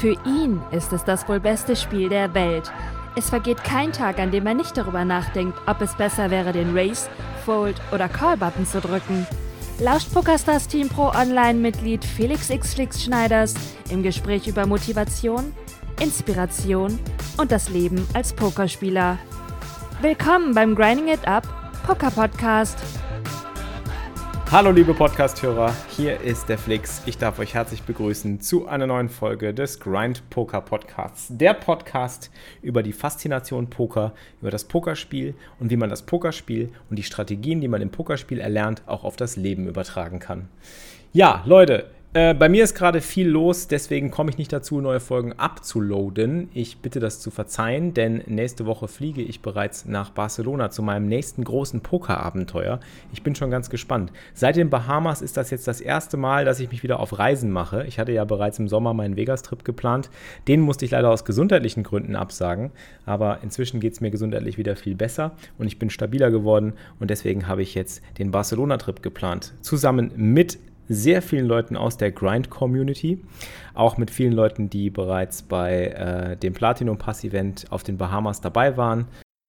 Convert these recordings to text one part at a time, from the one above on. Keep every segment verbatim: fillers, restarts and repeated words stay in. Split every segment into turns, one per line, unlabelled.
Für ihn ist es das wohl beste Spiel der Welt. Es vergeht kein Tag, an dem er nicht darüber nachdenkt, ob es besser wäre, den Raise, Fold oder Call-Button zu drücken. Lauscht PokerStars Team Pro Online-Mitglied Felix X Flix Schneiders im Gespräch über Motivation, Inspiration und das Leben als Pokerspieler. Willkommen beim Grinding It Up Poker Podcast.
Hallo liebe Podcast-Hörer, hier ist der Flix. Ich darf euch herzlich begrüßen zu einer neuen Folge des Grind Poker Podcasts. Der Podcast über die Faszination Poker, über das Pokerspiel und wie man das Pokerspiel und die Strategien, die man im Pokerspiel erlernt, auch auf das Leben übertragen kann. Ja, Leute, äh, bei mir ist gerade viel los, deswegen komme ich nicht dazu, neue Folgen abzuloaden. Ich bitte das zu verzeihen, denn nächste Woche fliege ich bereits nach Barcelona zu meinem nächsten großen Pokerabenteuer. Ich bin schon ganz gespannt. Seit den Bahamas ist das jetzt das erste Mal, dass ich mich wieder auf Reisen mache. Ich hatte ja bereits im Sommer meinen Vegas-Trip geplant. Den musste ich leider aus gesundheitlichen Gründen absagen, aber inzwischen geht es mir gesundheitlich wieder viel besser und ich bin stabiler geworden und deswegen habe ich jetzt den Barcelona-Trip geplant, zusammen mit sehr vielen Leuten aus der Grind-Community, auch mit vielen Leuten, die bereits bei äh, dem Platinum Pass-Event auf den Bahamas dabei waren.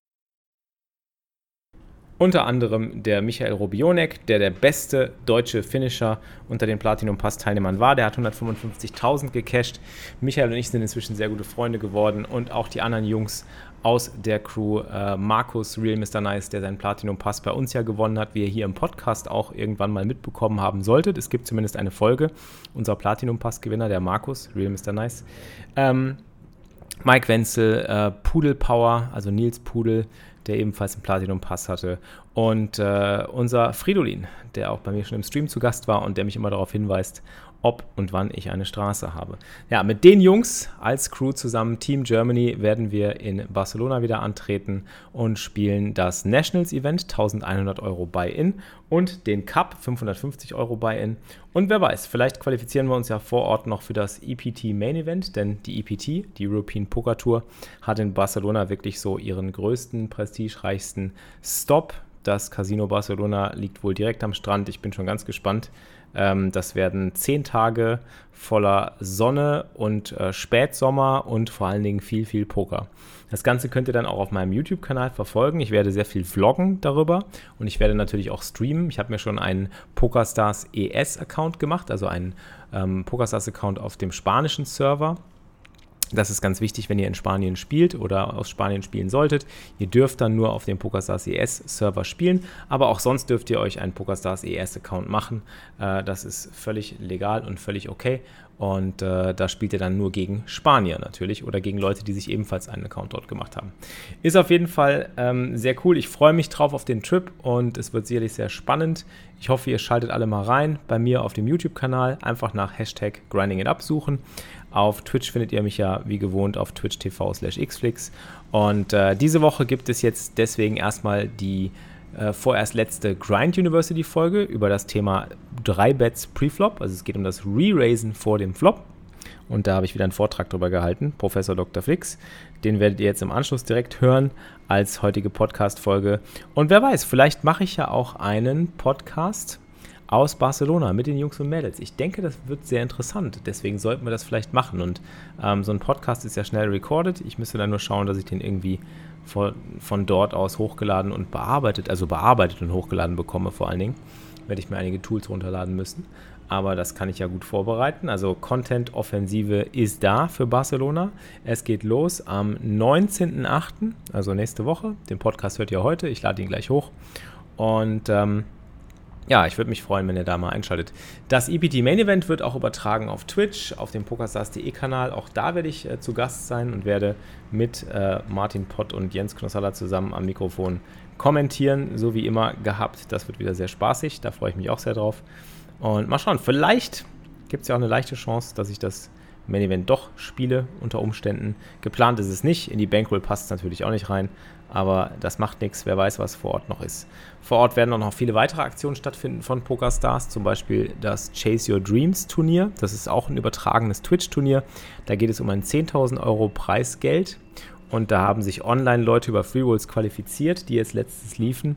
Unter anderem der Michael Robionek, der der beste deutsche Finisher unter den Platinum Pass-Teilnehmern war. Der hat hundertfünfundfünfzigtausend gecasht. Michael und ich sind inzwischen sehr gute Freunde geworden und auch die anderen Jungs aus der Crew, äh, Markus, Real Mister Nice, der seinen Platinum Pass bei uns ja gewonnen hat, wie ihr hier im Podcast auch irgendwann mal mitbekommen haben solltet. Es gibt zumindest eine Folge, unser Platinum Pass-Gewinner, der Markus, Real Mister Nice. Ähm, Mike Wenzel, äh, Pudel Power, also Nils Pudel, der ebenfalls einen Platinum-Pass hatte. Und äh, unser Fridolin, der auch bei mir schon im Stream zu Gast war und der mich immer darauf hinweist, ob und wann ich eine Straße habe. Ja, mit den Jungs als Crew zusammen, Team Germany, werden wir in Barcelona wieder antreten und spielen das Nationals-Event, eintausendeinhundert Euro Buy-In und den Cup, fünfhundertfünfzig Euro Buy-In. Und wer weiß, vielleicht qualifizieren wir uns ja vor Ort noch für das E P T Main Event, denn die E P T, die European Poker Tour, hat in Barcelona wirklich so ihren größten, prestigereichsten Stop. Das Casino Barcelona liegt wohl direkt am Strand. Ich bin schon ganz gespannt. Ähm, das werden zehn Tage voller Sonne und äh, Spätsommer und vor allen Dingen viel, viel Poker. Das Ganze könnt ihr dann auch auf meinem YouTube-Kanal verfolgen. Ich werde sehr viel vloggen darüber und ich werde natürlich auch streamen. Ich habe mir schon einen PokerStars E S-Account gemacht, also einen ähm, PokerStars-Account auf dem spanischen Server. Das ist ganz wichtig, wenn ihr in Spanien spielt oder aus Spanien spielen solltet. Ihr dürft dann nur auf dem PokerStars E S-Server spielen, aber auch sonst dürft ihr euch einen PokerStars E S-Account machen. Äh, das ist völlig legal und völlig okay. Und äh, da spielt ihr dann nur gegen Spanier natürlich oder gegen Leute, die sich ebenfalls einen Account dort gemacht haben. Ist auf jeden Fall ähm, sehr cool. Ich freue mich drauf auf den Trip und es wird sicherlich sehr spannend. Ich hoffe, ihr schaltet alle mal rein bei mir auf dem YouTube-Kanal. Einfach nach Hashtag GrindingItUp suchen. Auf Twitch findet ihr mich ja wie gewohnt auf twitch punkt t v slash xflix. Und äh, diese Woche gibt es jetzt deswegen erstmal die äh, vorerst letzte Grind University Folge über das Thema drei Bets Preflop. Also es geht um das Re-Raisen vor dem Flop. Und da habe ich wieder einen Vortrag drüber gehalten, Professor Doktor Flix. Den werdet ihr jetzt im Anschluss direkt hören als heutige Podcast-Folge. Und wer weiß, vielleicht mache ich ja auch einen Podcast aus Barcelona mit den Jungs und Mädels. Ich denke, das wird sehr interessant. Deswegen sollten wir das vielleicht machen. Und ähm, so ein Podcast ist ja schnell recorded. Ich müsste dann nur schauen, dass ich den irgendwie von, von dort aus hochgeladen und bearbeitet, also bearbeitet und hochgeladen bekomme vor allen Dingen. Werde ich mir einige Tools runterladen müssen. Aber das kann ich ja gut vorbereiten. Also Content-Offensive ist da für Barcelona. Es geht los am neunzehnten achten, also nächste Woche. Den Podcast hört ihr heute. Ich lade ihn gleich hoch. Und ähm, ja, ich würde mich freuen, wenn ihr da mal einschaltet. Das E P T Main Event wird auch übertragen auf Twitch, auf dem PokerStars punkt de Kanal. Auch da werde ich äh, zu Gast sein und werde mit äh, Martin Pott und Jens Knossalla zusammen am Mikrofon kommentieren, so wie immer gehabt. Das wird wieder sehr spaßig, da freue ich mich auch sehr drauf. Und mal schauen, vielleicht gibt es ja auch eine leichte Chance, dass ich das Main Event doch spiele unter Umständen. Geplant ist es nicht, in die Bankroll passt es natürlich auch nicht rein, aber das macht nichts, wer weiß, was vor Ort noch ist. Vor Ort werden auch noch viele weitere Aktionen stattfinden von PokerStars, zum Beispiel das Chase Your Dreams Turnier. Das ist auch ein übertragenes Twitch-Turnier. Da geht es um ein zehntausend Euro Preisgeld und da haben sich Online-Leute über Free Rolls qualifiziert, die jetzt letztens liefen.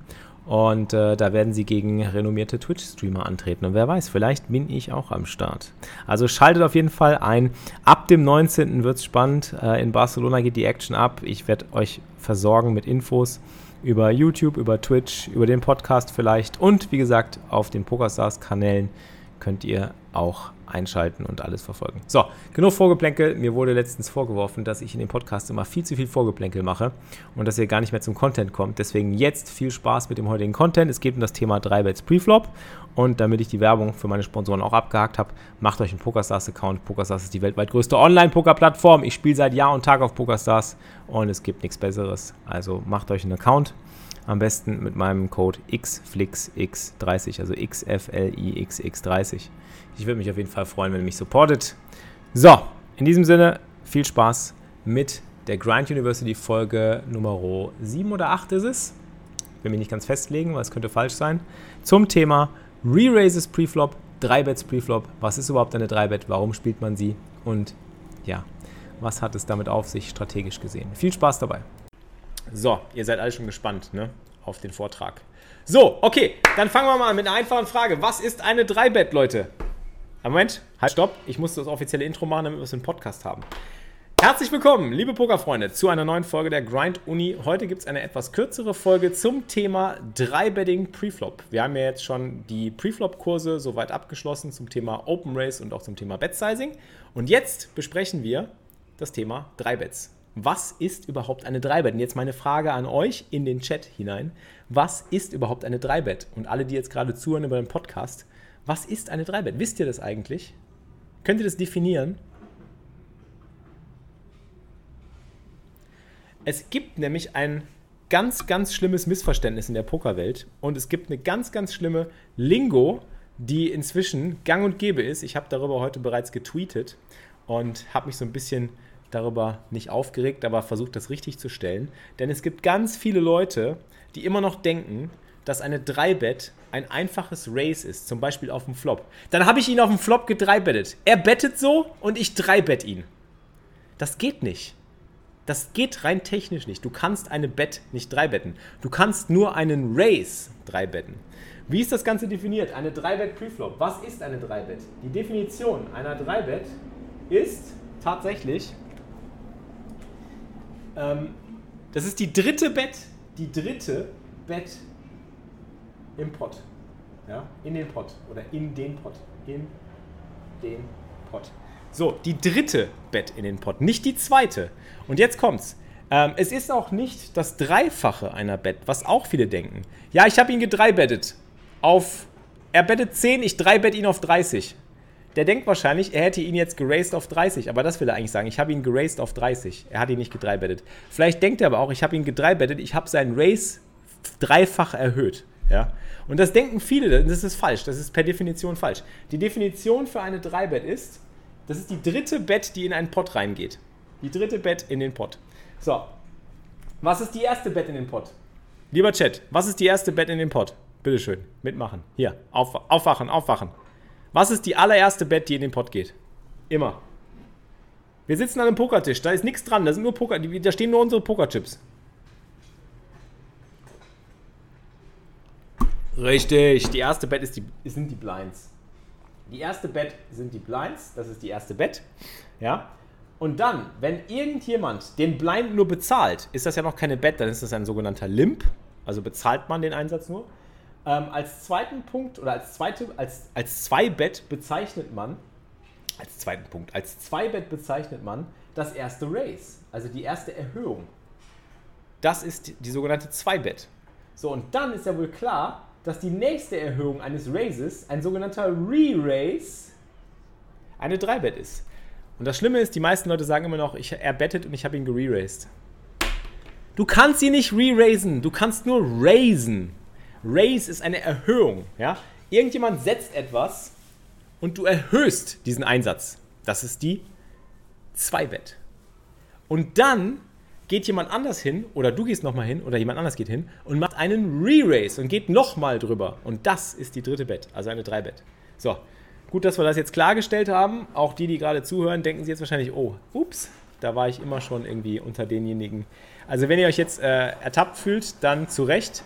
Und äh, da werden sie gegen renommierte Twitch-Streamer antreten. Und wer weiß, vielleicht bin ich auch am Start. Also schaltet auf jeden Fall ein. Ab dem neunzehnten wird es spannend. Äh, in Barcelona geht die Action ab. Ich werde euch versorgen mit Infos über YouTube, über Twitch, über den Podcast vielleicht. Und wie gesagt, auf den PokerStars-Kanälen könnt ihr auch einschalten und alles verfolgen. So, genug Vorgeplänkel. Mir wurde letztens vorgeworfen, dass ich in dem Podcast immer viel zu viel Vorgeplänkel mache und dass ihr gar nicht mehr zum Content kommt. Deswegen jetzt viel Spaß mit dem heutigen Content. Es geht um das Thema drei Bets Preflop. Und damit ich die Werbung für meine Sponsoren auch abgehakt habe, macht euch einen PokerStars-Account. PokerStars ist die weltweit größte Online-Poker-Plattform. Ich spiele seit Jahr und Tag auf PokerStars und es gibt nichts Besseres. Also macht euch einen Account. Am besten mit meinem Code X F L I X X dreißig, also X F L I X X dreißig. Ich würde mich auf jeden Fall freuen, wenn ihr mich supportet. So, in diesem Sinne, viel Spaß mit der Grind University Folge Nummer sieben oder acht ist es. Ich will mich nicht ganz festlegen, weil es könnte falsch sein. Zum Thema Re-Raises Preflop, drei Bets Preflop. Was ist überhaupt eine drei Bet? Warum spielt man sie? Und ja, was hat es damit auf sich strategisch gesehen? Viel Spaß dabei. So, ihr seid alle schon gespannt, ne, auf den Vortrag. So, okay, dann fangen wir mal an mit einer einfachen Frage. Was ist eine drei Bet, Leute? Moment, halt, stopp. Ich muss das offizielle Intro machen, damit wir es im Podcast haben. Herzlich willkommen, liebe Pokerfreunde, zu einer neuen Folge der Grind Uni. Heute gibt es eine etwas kürzere Folge zum Thema drei Betting Preflop. Wir haben ja jetzt schon die Preflop-Kurse soweit abgeschlossen zum Thema Open Race und auch zum Thema Bet Sizing. Und jetzt besprechen wir das Thema drei Bets. Was ist überhaupt eine drei Bet? Und jetzt meine Frage an euch in den Chat hinein. Was ist überhaupt eine drei Bet? Und alle, die jetzt gerade zuhören über den Podcast, was ist eine drei Bet? Wisst ihr das eigentlich? Könnt ihr das definieren? Es gibt nämlich ein ganz, ganz schlimmes Missverständnis in der Pokerwelt und es gibt eine ganz, ganz schlimme Lingo, die inzwischen gang und gäbe ist. Ich habe darüber heute bereits getweetet und habe mich so ein bisschen darüber nicht aufgeregt, aber versucht, das richtig zu stellen. Denn es gibt ganz viele Leute, die immer noch denken, dass eine drei Bet ein einfaches Race ist, zum Beispiel auf dem Flop. Dann habe ich ihn auf dem Flop gedreibettet. Er bettet so und ich dreibett ihn. Das geht nicht. Das geht rein technisch nicht. Du kannst eine Bet nicht dreibetten. Du kannst nur einen Race dreibetten. Wie ist das Ganze definiert? Eine drei Bet Preflop. Was ist eine drei Bet? Die Definition einer drei Bet ist tatsächlich, ähm, das ist die dritte Bet, die dritte Bet im Pot. Ja, in den Pot oder in den Pot. In den Pot. So, die dritte Bet in den Pot, nicht die zweite. Und jetzt kommt's. Ähm, es ist auch nicht das Dreifache einer Bet, was auch viele denken. Ja, ich habe ihn gedreibettet. Auf, er bettet zehn, ich dreibett ihn auf dreißig. Der denkt wahrscheinlich, er hätte ihn jetzt geraced auf dreißig. Aber das will er eigentlich sagen. Ich habe ihn geraced auf dreißig. Er hat ihn nicht gedreibettet. Vielleicht denkt er aber auch, ich habe ihn gedreibettet, ich habe seinen Race dreifach erhöht. Ja? Und das denken viele, das ist falsch. Das ist per Definition falsch. Die Definition für eine drei Bet ist, das ist die dritte Bet, die in einen Pot reingeht. Die dritte Bet in den Pot. So, was ist die erste Bet in den Pot? Lieber Chat, was ist die erste Bet in den Pot? Bitteschön, mitmachen. Hier, auf, aufwachen, aufwachen. Was ist die allererste Bet, die in den Pot geht? Immer. Wir sitzen an einem Pokertisch, da ist nichts dran, da sind nur Poker, da stehen nur unsere Pokerchips. Richtig, die erste Bet ist die, sind die Blinds. Die erste Bet sind die Blinds, das ist die erste Bet. Ja? Und dann, wenn irgendjemand den Blind nur bezahlt, ist das ja noch keine Bet, dann ist das ein sogenannter Limp, also bezahlt man den Einsatz nur. Ähm, als zweiten Punkt oder als zweite, als, als zwei-Bet bezeichnet man, als zweiten Punkt, als zwei-Bet bezeichnet man das erste Raise, also die erste Erhöhung. Das ist die, die sogenannte zwei-Bet. So, und dann ist ja wohl klar, dass die nächste Erhöhung eines Raises ein sogenannter Re-Raise eine drei Bet ist. Und das Schlimme ist, die meisten Leute sagen immer noch, ich, er bettet und ich habe ihn gere-raised. Du kannst ihn nicht re-raisen, du kannst nur raisen. Raise ist eine Erhöhung. Ja? Irgendjemand setzt etwas und du erhöhst diesen Einsatz. Das ist die zwei Bet. Und dann geht jemand anders hin, oder du gehst nochmal hin, oder jemand anders geht hin und macht einen Re-Raise und geht nochmal drüber. Und das ist die dritte Bet, also eine drei Bet. So, gut, dass wir das jetzt klargestellt haben. Auch die, die gerade zuhören, denken sich jetzt wahrscheinlich, oh, ups, da war ich immer schon irgendwie unter denjenigen. Also wenn ihr euch jetzt äh, ertappt fühlt, dann zu Recht.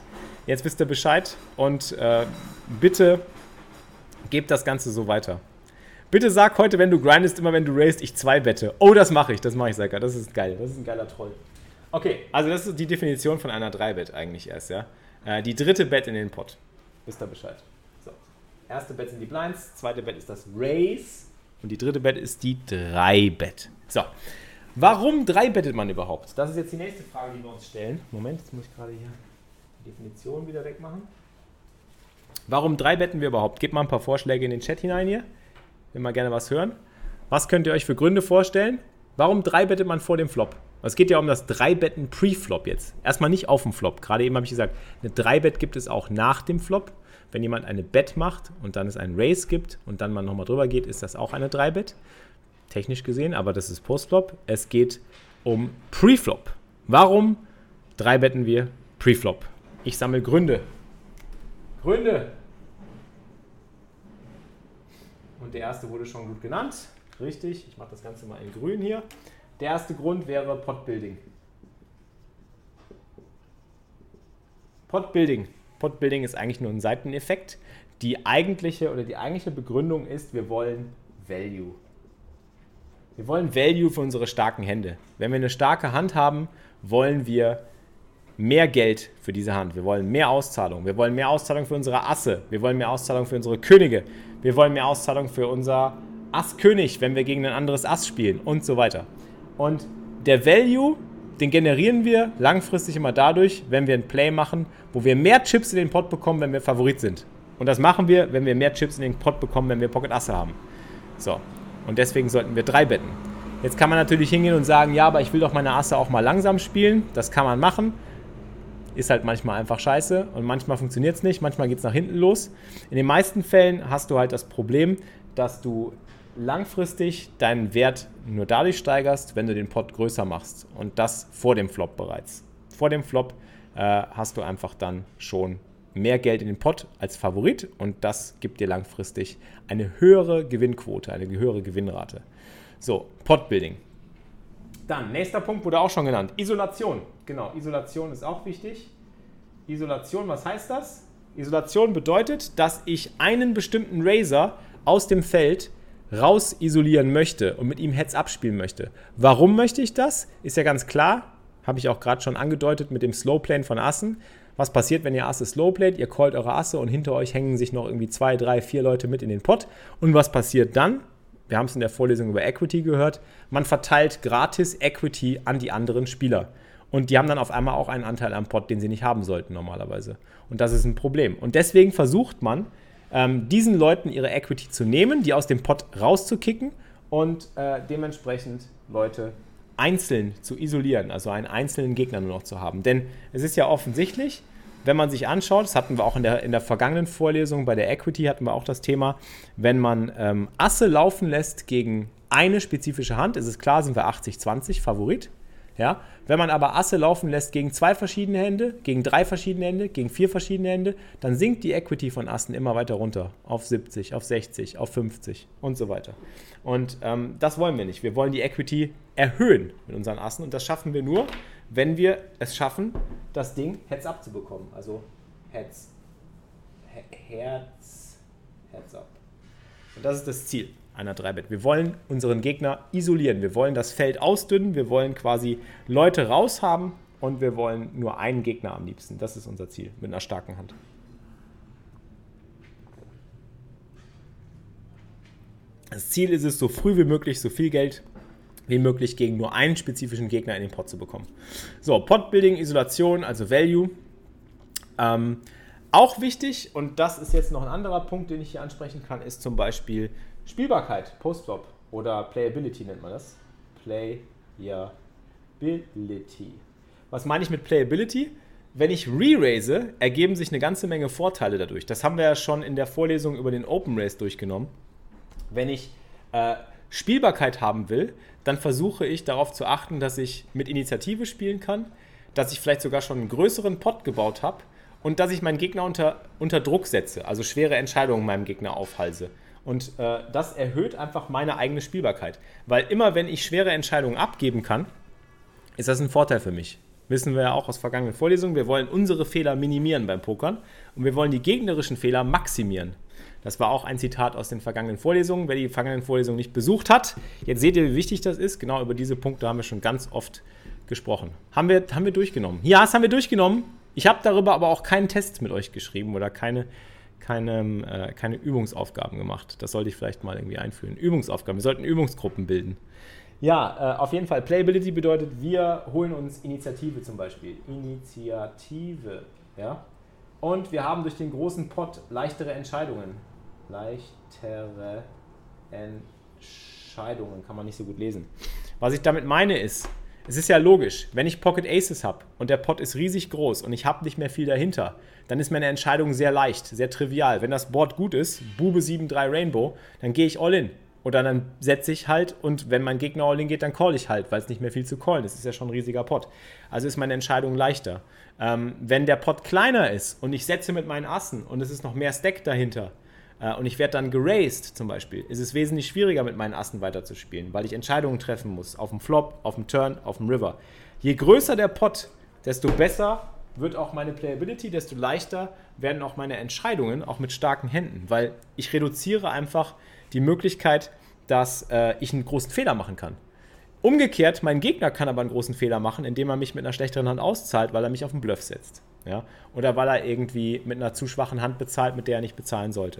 Jetzt wisst ihr Bescheid und äh, bitte gebt das Ganze so weiter. Bitte sag heute, wenn du grindest, immer wenn du raised, ich zwei bette. Oh, das mache ich, das mache ich, Seika. Das ist geil, das ist ein geiler Troll. Okay, also das ist die Definition von einer drei Bet eigentlich erst, ja. Äh, die dritte Bet in den Pot. Wisst ihr Bescheid. So. Erste Bet sind die Blinds, zweite Bet ist das Raise und die dritte Bet ist die drei Bet. So. Warum drei bettet man überhaupt? Das ist jetzt die nächste Frage, die wir uns stellen. Moment, jetzt muss ich gerade hier die Definition wieder wegmachen. Warum drei betten wir überhaupt? Gebt mal ein paar Vorschläge in den Chat hinein hier. Will mal gerne was hören. Was könnt ihr euch für Gründe vorstellen? Warum drei bettet man vor dem Flop? Es geht ja um das drei betten Pre-Flop jetzt. Erstmal nicht auf dem Flop. Gerade eben habe ich gesagt, eine drei Bet gibt es auch nach dem Flop. Wenn jemand eine Bet macht und dann es einen Raise gibt und dann man nochmal drüber geht, ist das auch eine drei Bet. Technisch gesehen, aber das ist Post-Flop. Es geht um Pre-Flop. Warum drei betten wir Pre-Flop? Ich sammle Gründe. Gründe. Und der erste wurde schon gut genannt. Richtig, ich mache das Ganze mal in grün hier. Der erste Grund wäre Pot-Building. Pot-Building. Pot-Building ist eigentlich nur ein Seiteneffekt. Die eigentliche oder die eigentliche Begründung ist, wir wollen Value. Wir wollen Value für unsere starken Hände. Wenn wir eine starke Hand haben, wollen wir mehr Geld für diese Hand. Wir wollen mehr Auszahlung. Wir wollen mehr Auszahlung für unsere Asse. Wir wollen mehr Auszahlung für unsere Könige. Wir wollen mehr Auszahlung für unser Ass-König, wenn wir gegen ein anderes Ass spielen und so weiter. Und der Value, den generieren wir langfristig immer dadurch, wenn wir ein Play machen, wo wir mehr Chips in den Pot bekommen, wenn wir Favorit sind. Und das machen wir, wenn wir mehr Chips in den Pot bekommen, wenn wir Pocket-Asse haben. So. Und deswegen sollten wir drei betten. Jetzt kann man natürlich hingehen und sagen, ja, aber ich will doch meine Asse auch mal langsam spielen. Das kann man machen. Ist halt manchmal einfach scheiße und manchmal funktioniert es nicht, manchmal geht es nach hinten los. In den meisten Fällen hast du halt das Problem, dass du langfristig deinen Wert nur dadurch steigerst, wenn du den Pot größer machst. Und das vor dem Flop bereits. Vor dem Flop äh, hast du einfach dann schon mehr Geld in den Pot als Favorit und das gibt dir langfristig eine höhere Gewinnquote, eine höhere Gewinnrate. So, Pot-Building. Dann, nächster Punkt wurde auch schon genannt, Isolation. Genau, Isolation ist auch wichtig. Isolation, was heißt das? Isolation bedeutet, dass ich einen bestimmten Raiser aus dem Feld raus isolieren möchte und mit ihm Heads abspielen möchte. Warum möchte ich das? Ist ja ganz klar, habe ich auch gerade schon angedeutet mit dem Slowplane von Assen. Was passiert, wenn ihr Asse slowplayt? Ihr callt eure Asse und hinter euch hängen sich noch irgendwie zwei, drei, vier Leute mit in den Pot. Und was passiert dann? Wir haben es in der Vorlesung über Equity gehört. Man verteilt gratis Equity an die anderen Spieler. Und die haben dann auf einmal auch einen Anteil am Pot, den sie nicht haben sollten normalerweise. Und das ist ein Problem. Und deswegen versucht man, ähm, diesen Leuten ihre Equity zu nehmen, die aus dem Pot rauszukicken und äh, dementsprechend Leute einzeln zu isolieren, also einen einzelnen Gegner nur noch zu haben. Denn es ist ja offensichtlich, wenn man sich anschaut, das hatten wir auch in der, in der vergangenen Vorlesung bei der Equity, hatten wir auch das Thema, wenn man ähm, Asse laufen lässt gegen eine spezifische Hand, ist es klar, sind wir achtzig zwanzig Favorit. Ja? Wenn man aber Asse laufen lässt gegen zwei verschiedene Hände, gegen drei verschiedene Hände, gegen vier verschiedene Hände, dann sinkt die Equity von Assen immer weiter runter auf siebzig, auf sechzig, auf fünfzig und so weiter. Und ähm, das wollen wir nicht. Wir wollen die Equity erhöhen mit unseren Assen und das schaffen wir nur, wenn wir es schaffen, das Ding Heads up zu bekommen. Also Heads, He- Herz, Heads up. Und das ist das Ziel einer drei Bet. Wir wollen unseren Gegner isolieren. Wir wollen das Feld ausdünnen. Wir wollen quasi Leute raushaben und wir wollen nur einen Gegner am liebsten. Das ist unser Ziel mit einer starken Hand. Das Ziel ist es, so früh wie möglich, so viel Geld wie möglich gegen nur einen spezifischen Gegner in den Pot zu bekommen. So, Pot-Building, Isolation, also Value. Ähm, auch wichtig, und das ist jetzt noch ein anderer Punkt, den ich hier ansprechen kann, ist zum Beispiel Spielbarkeit, Post-Flop oder Playability nennt man das. Playability. Was meine ich mit Playability? Wenn ich re-raise, ergeben sich eine ganze Menge Vorteile dadurch. Das haben wir ja schon in der Vorlesung über den Open Race durchgenommen. Wenn ich äh, Spielbarkeit haben will, dann versuche ich darauf zu achten, dass ich mit Initiative spielen kann, dass ich vielleicht sogar schon einen größeren Pot gebaut habe und dass ich meinen Gegner unter, unter Druck setze, also schwere Entscheidungen meinem Gegner aufhalse. Und äh, das erhöht einfach meine eigene Spielbarkeit. Weil immer, wenn ich schwere Entscheidungen abgeben kann, ist das ein Vorteil für mich. wissen wir ja auch aus vergangenen Vorlesungen, wir wollen unsere Fehler minimieren beim Pokern und wir wollen die gegnerischen Fehler maximieren. Das war auch ein Zitat aus den vergangenen Vorlesungen. Wer die vergangenen Vorlesungen nicht besucht hat, jetzt seht ihr, wie wichtig das ist. Genau über diese Punkte haben wir schon ganz oft gesprochen. Haben wir, haben wir durchgenommen? Ja, das haben wir durchgenommen. Ich habe darüber aber auch keinen Test mit euch geschrieben oder keine, keine, äh, keine Übungsaufgaben gemacht. Das sollte ich vielleicht mal irgendwie einführen. Übungsaufgaben. Wir sollten Übungsgruppen bilden. Ja, äh, auf jeden Fall. Playability bedeutet, wir holen uns Initiative zum Beispiel. Initiative, ja. Und wir haben durch den großen Pot leichtere Entscheidungen. Leichtere Entscheidungen, kann man nicht so gut lesen. Was ich damit meine ist, es ist ja logisch, wenn ich Pocket Aces habe und der Pot ist riesig groß und ich habe nicht mehr viel dahinter, dann ist meine Entscheidung sehr leicht, sehr trivial. Wenn das Board gut ist, Bube sieben drei Rainbow, dann gehe ich all in. Oder dann setze ich halt und wenn mein Gegner all in geht, dann call ich halt, weil es nicht mehr viel zu callen ist. Das ist ja schon ein riesiger Pot. Also ist meine Entscheidung leichter. Ähm, wenn der Pot kleiner ist und ich setze mit meinen Assen und es ist noch mehr Stack dahinter, und ich werde dann geraced zum Beispiel, ist es wesentlich schwieriger mit meinen Assen weiterzuspielen, weil ich Entscheidungen treffen muss, auf dem Flop, auf dem Turn, auf dem River. Je größer der Pot, desto besser wird auch meine Playability, desto leichter werden auch meine Entscheidungen, auch mit starken Händen, weil ich reduziere einfach die Möglichkeit, dass äh, ich einen großen Fehler machen kann. Umgekehrt, mein Gegner kann aber einen großen Fehler machen, indem er mich mit einer schlechteren Hand auszahlt, weil er mich auf den Bluff setzt. Ja? Oder weil er irgendwie mit einer zu schwachen Hand bezahlt, mit der er nicht bezahlen sollte.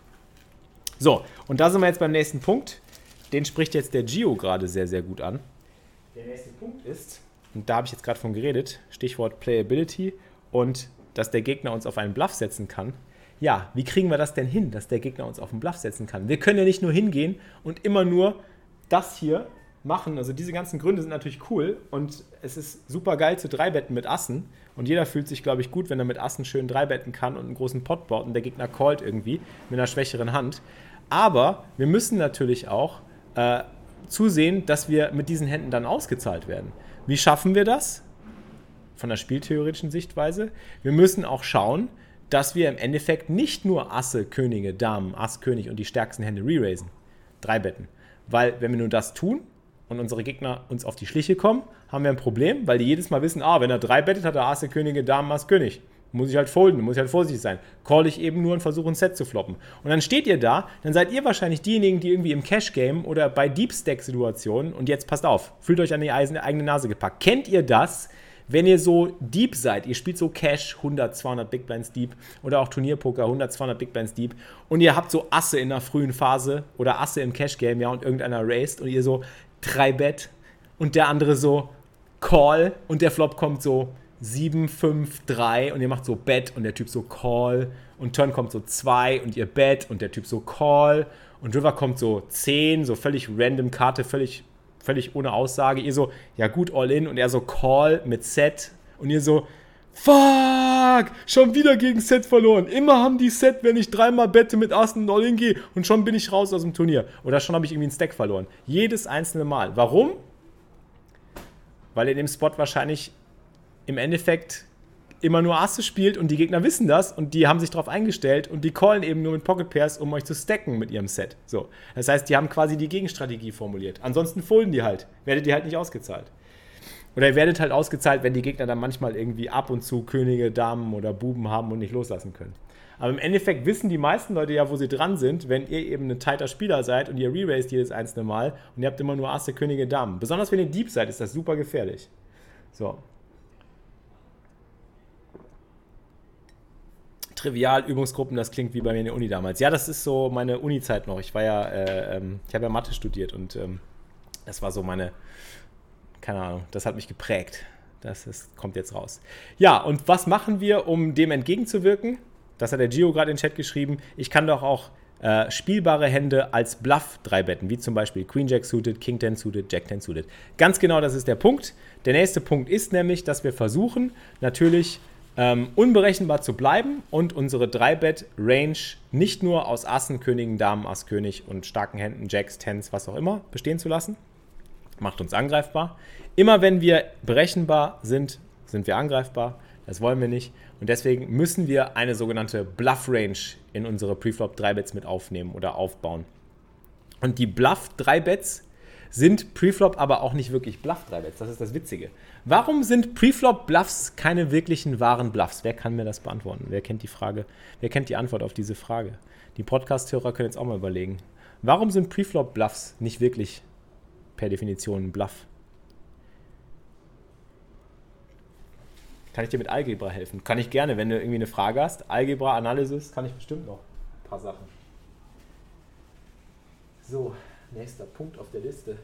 So, und da sind wir jetzt beim nächsten Punkt. Den spricht jetzt der Gio gerade sehr, sehr gut an. Der nächste Punkt ist, und da habe ich jetzt gerade von geredet, Stichwort Playability und dass der Gegner uns auf einen Bluff setzen kann. Ja, wie kriegen wir das denn hin, dass der Gegner uns auf einen Bluff setzen kann? Wir können ja nicht nur hingehen und immer nur das hier machen. Also diese ganzen Gründe sind natürlich cool und es ist super geil zu Dreibetten mit Assen. Und jeder fühlt sich, glaube ich, gut, wenn er mit Assen schön Dreibetten kann und einen großen Pot baut und der Gegner callt irgendwie mit einer schwächeren Hand. Aber wir müssen natürlich auch äh, zusehen, dass wir mit diesen Händen dann ausgezahlt werden. Wie schaffen wir das? Von der spieltheoretischen Sichtweise. Wir müssen auch schauen, dass wir im Endeffekt nicht nur Asse, Könige, Damen, Ass, König und die stärksten Hände re-raisen. Dreibetten. Weil wenn wir nur das tun und unsere Gegner uns auf die Schliche kommen, haben wir ein Problem, weil die jedes Mal wissen, ah, wenn er drei bettet, hat er Asse, Könige, Damen, Ass, König. Muss ich halt folden, muss ich halt vorsichtig sein. Call ich eben nur und versuche ein Set zu floppen. Und dann steht ihr da, dann seid ihr wahrscheinlich diejenigen, die irgendwie im Cash-Game oder bei Deep-Stack-Situationen, und jetzt passt auf, fühlt euch an die eigene Nase gepackt. Kennt ihr das, wenn ihr so Deep seid? Ihr spielt so Cash, hundert, zweihundert Big Blinds Deep oder auch Turnierpoker, hundert, zweihundert Big Blinds Deep und ihr habt so Asse in der frühen Phase oder Asse im Cash-Game, ja, und irgendeiner raced und ihr so drei Bet und der andere so Call und der Flop kommt so sieben, fünf, drei und ihr macht so Bet und der Typ so Call und Turn kommt so zwei und ihr Bet und der Typ so Call und River kommt so zehn, so völlig random Karte, völlig, völlig ohne Aussage. Ihr so, ja gut, all in und er so Call mit Set und ihr so, fuck, schon wieder gegen Set verloren. Immer haben die Set, wenn ich dreimal bette mit Assen und all in gehe und schon bin ich raus aus dem Turnier. Oder schon habe ich irgendwie einen Stack verloren. Jedes einzelne Mal. Warum? Weil in dem Spot wahrscheinlich im Endeffekt immer nur Asse spielt und die Gegner wissen das und die haben sich darauf eingestellt und die callen eben nur mit Pocket Pairs, um euch zu stacken mit ihrem Set. So. Das heißt, die haben quasi die Gegenstrategie formuliert. Ansonsten folden die halt. Werdet ihr halt nicht ausgezahlt. Oder ihr werdet halt ausgezahlt, wenn die Gegner dann manchmal irgendwie ab und zu Könige, Damen oder Buben haben und nicht loslassen können. Aber im Endeffekt wissen die meisten Leute ja, wo sie dran sind, wenn ihr eben ein tighter Spieler seid und ihr re-raised jedes einzelne Mal und ihr habt immer nur Asse, Könige, Damen. Besonders wenn ihr Deep seid, ist das super gefährlich. So. Trivial-Übungsgruppen, das klingt wie bei mir in der Uni damals. Ja, das ist so meine Uni-Zeit noch. Ich war ja, äh, ähm, ich habe ja Mathe studiert und ähm, das war so meine, keine Ahnung, das hat mich geprägt. Das ist, kommt jetzt raus. Ja, und was machen wir, um dem entgegenzuwirken? Das hat der Gio gerade in den Chat geschrieben. Ich kann doch auch äh, spielbare Hände als Bluff drei betten, wie zum Beispiel Queen Jack suited, King Ten suited, Jack Ten suited. Ganz genau, das ist der Punkt. Der nächste Punkt ist nämlich, dass wir versuchen, natürlich Ähm, unberechenbar zu bleiben und unsere drei Bet Range nicht nur aus Assen, Königen, Damen, Ass, König und starken Händen, Jacks, Tens, was auch immer, bestehen zu lassen. Macht uns angreifbar. Immer wenn wir berechenbar sind, sind wir angreifbar. Das wollen wir nicht. Und deswegen müssen wir eine sogenannte Bluff Range in unsere Preflop drei Bets mit aufnehmen oder aufbauen. Und die Bluff drei Bets sind Preflop aber auch nicht wirklich Bluff-drei-Bets. Das ist das Witzige. Warum sind Preflop-Bluffs keine wirklichen wahren Bluffs? Wer kann mir das beantworten? Wer kennt die Frage? Wer kennt die Antwort auf diese Frage? Die Podcast-Hörer können jetzt auch mal überlegen. Warum sind Preflop-Bluffs nicht wirklich per Definition ein Bluff? Kann ich dir mit Algebra helfen? Kann ich gerne, wenn du irgendwie eine Frage hast. Algebra, Analysis, kann ich bestimmt noch ein paar Sachen. So, nächster Punkt auf der Liste.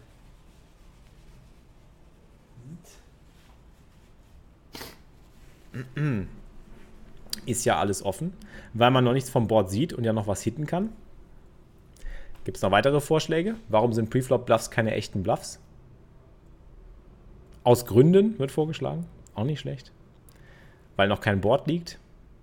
Ist ja alles offen, weil man noch nichts vom Board sieht und ja noch was hitten kann. Gibt es noch weitere Vorschläge? Warum sind Preflop-Bluffs keine echten Bluffs? Aus Gründen wird vorgeschlagen. Auch nicht schlecht. Weil noch kein Board liegt.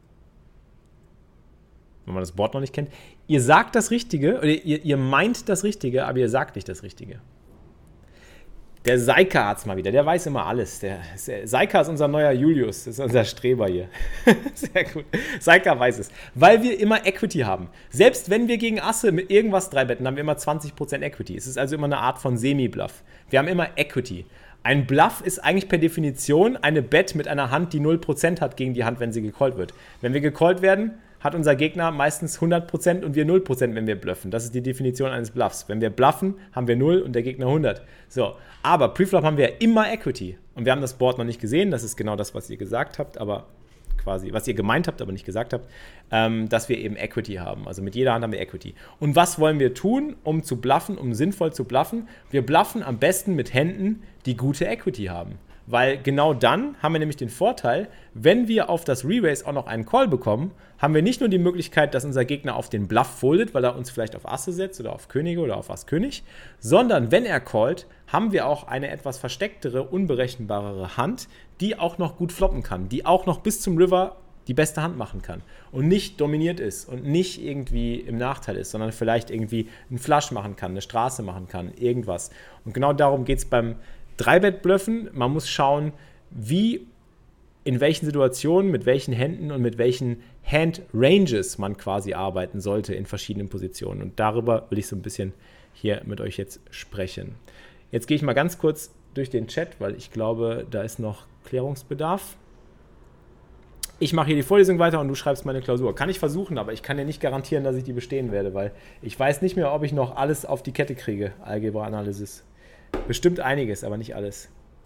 Wenn man das Board noch nicht kennt. Ihr sagt das Richtige, oder ihr, ihr meint das Richtige, aber ihr sagt nicht das Richtige. Der Seika hat es mal wieder, der weiß immer alles. Der, der Seika ist unser neuer Julius, das ist unser Streber hier. Sehr gut. Seika weiß es. Weil wir immer Equity haben. Selbst wenn wir gegen Asse mit irgendwas drei betten, haben wir immer zwanzig Prozent Equity. Es ist also immer eine Art von Semi-Bluff. Wir haben immer Equity. Ein Bluff ist eigentlich per Definition eine Bet mit einer Hand, die null Prozent hat gegen die Hand, wenn sie gecallt wird. Wenn wir gecallt werden, hat unser Gegner meistens hundert Prozent und wir null Prozent, wenn wir bluffen. Das ist die Definition eines Bluffs. Wenn wir bluffen, haben wir null und der Gegner hundert. So, aber Preflop haben wir ja immer Equity. Und wir haben das Board noch nicht gesehen. Das ist genau das, was ihr gesagt habt, aber quasi, was ihr gemeint habt, aber nicht gesagt habt, ähm, dass wir eben Equity haben. Also mit jeder Hand haben wir Equity. Und was wollen wir tun, um zu bluffen, um sinnvoll zu bluffen? Wir bluffen am besten mit Händen, die gute Equity haben. Weil genau dann haben wir nämlich den Vorteil, wenn wir auf das Re-Raise auch noch einen Call bekommen, haben wir nicht nur die Möglichkeit, dass unser Gegner auf den Bluff foldet, weil er uns vielleicht auf Asse setzt oder auf Könige oder auf Ass-König, sondern wenn er callt, haben wir auch eine etwas verstecktere, unberechenbarere Hand, die auch noch gut floppen kann, die auch noch bis zum River die beste Hand machen kann und nicht dominiert ist und nicht irgendwie im Nachteil ist, sondern vielleicht irgendwie einen Flush machen kann, eine Straße machen kann, irgendwas. Und genau darum geht es beim drei-Bet-Bluffen. Man muss schauen, wie, in welchen Situationen, mit welchen Händen und mit welchen Hand-Ranges man quasi arbeiten sollte in verschiedenen Positionen. Und darüber will ich so ein bisschen hier mit euch jetzt sprechen. Jetzt gehe ich mal ganz kurz durch den Chat, weil ich glaube, da ist noch Klärungsbedarf. Ich mache hier die Vorlesung weiter und du schreibst meine Klausur. Kann ich versuchen, aber ich kann dir nicht garantieren, dass ich die bestehen werde, weil ich weiß nicht mehr, ob ich noch alles auf die Kette kriege, Algebra-Analysis. Bestimmt einiges, aber nicht alles.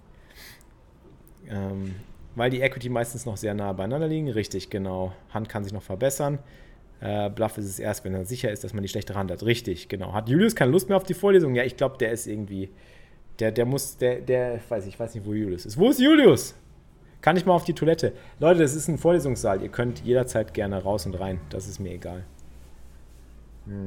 Ähm, weil die Equity meistens noch sehr nah beieinander liegen. Richtig, genau. Hand kann sich noch verbessern. Äh, Bluff ist es erst, wenn er sicher ist, dass man die schlechtere Hand hat. Richtig, genau. Hat Julius keine Lust mehr auf die Vorlesung? Ja, ich glaube, der ist irgendwie... Der, der muss... Der, der... Weiß ich, ich weiß nicht, wo Julius ist. Wo ist Julius? Kann ich mal auf die Toilette? Leute, das ist ein Vorlesungssaal. Ihr könnt jederzeit gerne raus und rein. Das ist mir egal. Hm.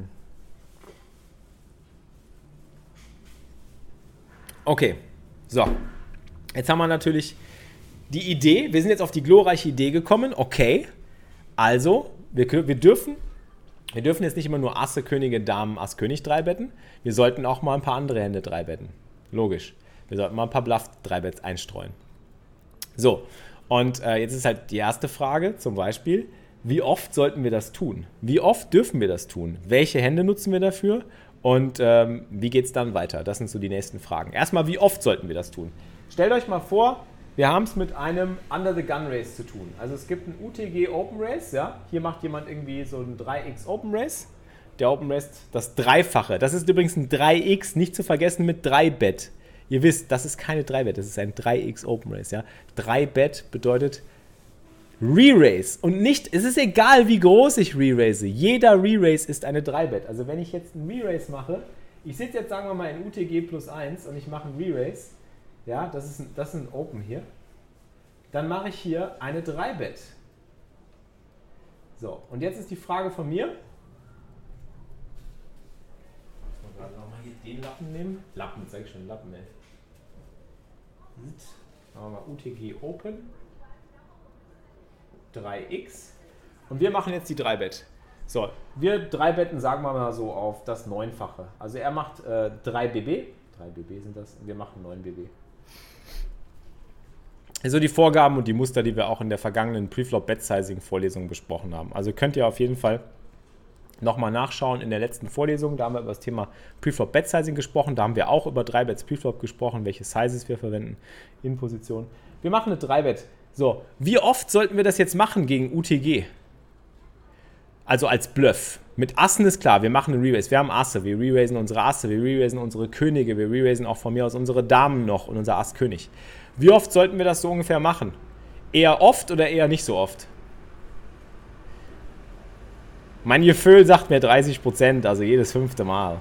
Okay, so. Jetzt haben wir natürlich die Idee, wir sind jetzt auf die glorreiche Idee gekommen, okay, also, wir, wir, dürfen, wir dürfen jetzt nicht immer nur Asse, Könige, Damen, Ass, König drei betten, wir sollten auch mal ein paar andere Hände drei betten. Logisch. Wir sollten mal ein paar Bluff drei Bets einstreuen. So, und äh, jetzt ist halt die erste Frage, zum Beispiel, wie oft sollten wir das tun? Wie oft dürfen wir das tun? Welche Hände nutzen wir dafür? Und ähm, wie geht es dann weiter? Das sind so die nächsten Fragen. Erstmal, wie oft sollten wir das tun? Stellt euch mal vor, wir haben es mit einem Under-the-Gun-Race zu tun. Also es gibt ein U T G Open Race, ja? Hier macht jemand irgendwie so ein drei X Open Race. Der Open Race, das Dreifache. Das ist übrigens ein drei X, nicht zu vergessen mit drei Bet. Ihr wisst, das ist keine drei Bet, das ist ein drei X Open Race, ja? drei Bet bedeutet Re-Raise. Und nicht, es ist egal, wie groß ich Re-Raise. Jeder Re-Raise ist eine drei Bet. Also wenn ich jetzt einen Re-Raise mache, ich sitze jetzt, sagen wir mal, in U T G plus eins und ich mache einen Re-Raise, ja, das ist, ein, das ist ein Open hier, dann mache ich hier eine drei Bet. So, und jetzt ist die Frage von mir, ich muss gerade nochmal hier den Lappen nehmen. Lappen, sag ich schon, Lappen, ey. Machen wir mal U T G Open. drei X. Und wir machen jetzt die drei Bet. So, wir drei betten, sagen wir mal so, auf das Neunfache. Also er macht äh, drei B B. drei B B sind das. Und wir machen neun B B. Also die Vorgaben und die Muster, die wir auch in der vergangenen Preflop Bet-Sizing-Vorlesung besprochen haben. Also könnt ihr auf jeden Fall nochmal nachschauen in der letzten Vorlesung. Da haben wir über das Thema Preflop Bet Sizing gesprochen. Da haben wir auch über drei Bets Preflop gesprochen, welche Sizes wir verwenden in Position. Wir machen eine drei Bet. So, wie oft sollten wir das jetzt machen gegen U T G? Also als Bluff. Mit Assen ist klar, wir machen eine Re-Raise. Wir haben Asse, wir re-raisen unsere Asse, wir re-raisen unsere Könige, wir re-raisen auch von mir aus unsere Damen noch und unser Ass-König. Wie oft sollten wir das so ungefähr machen? Eher oft oder eher nicht so oft? Mein Gefühl sagt mir dreißig Prozent, also jedes fünfte Mal.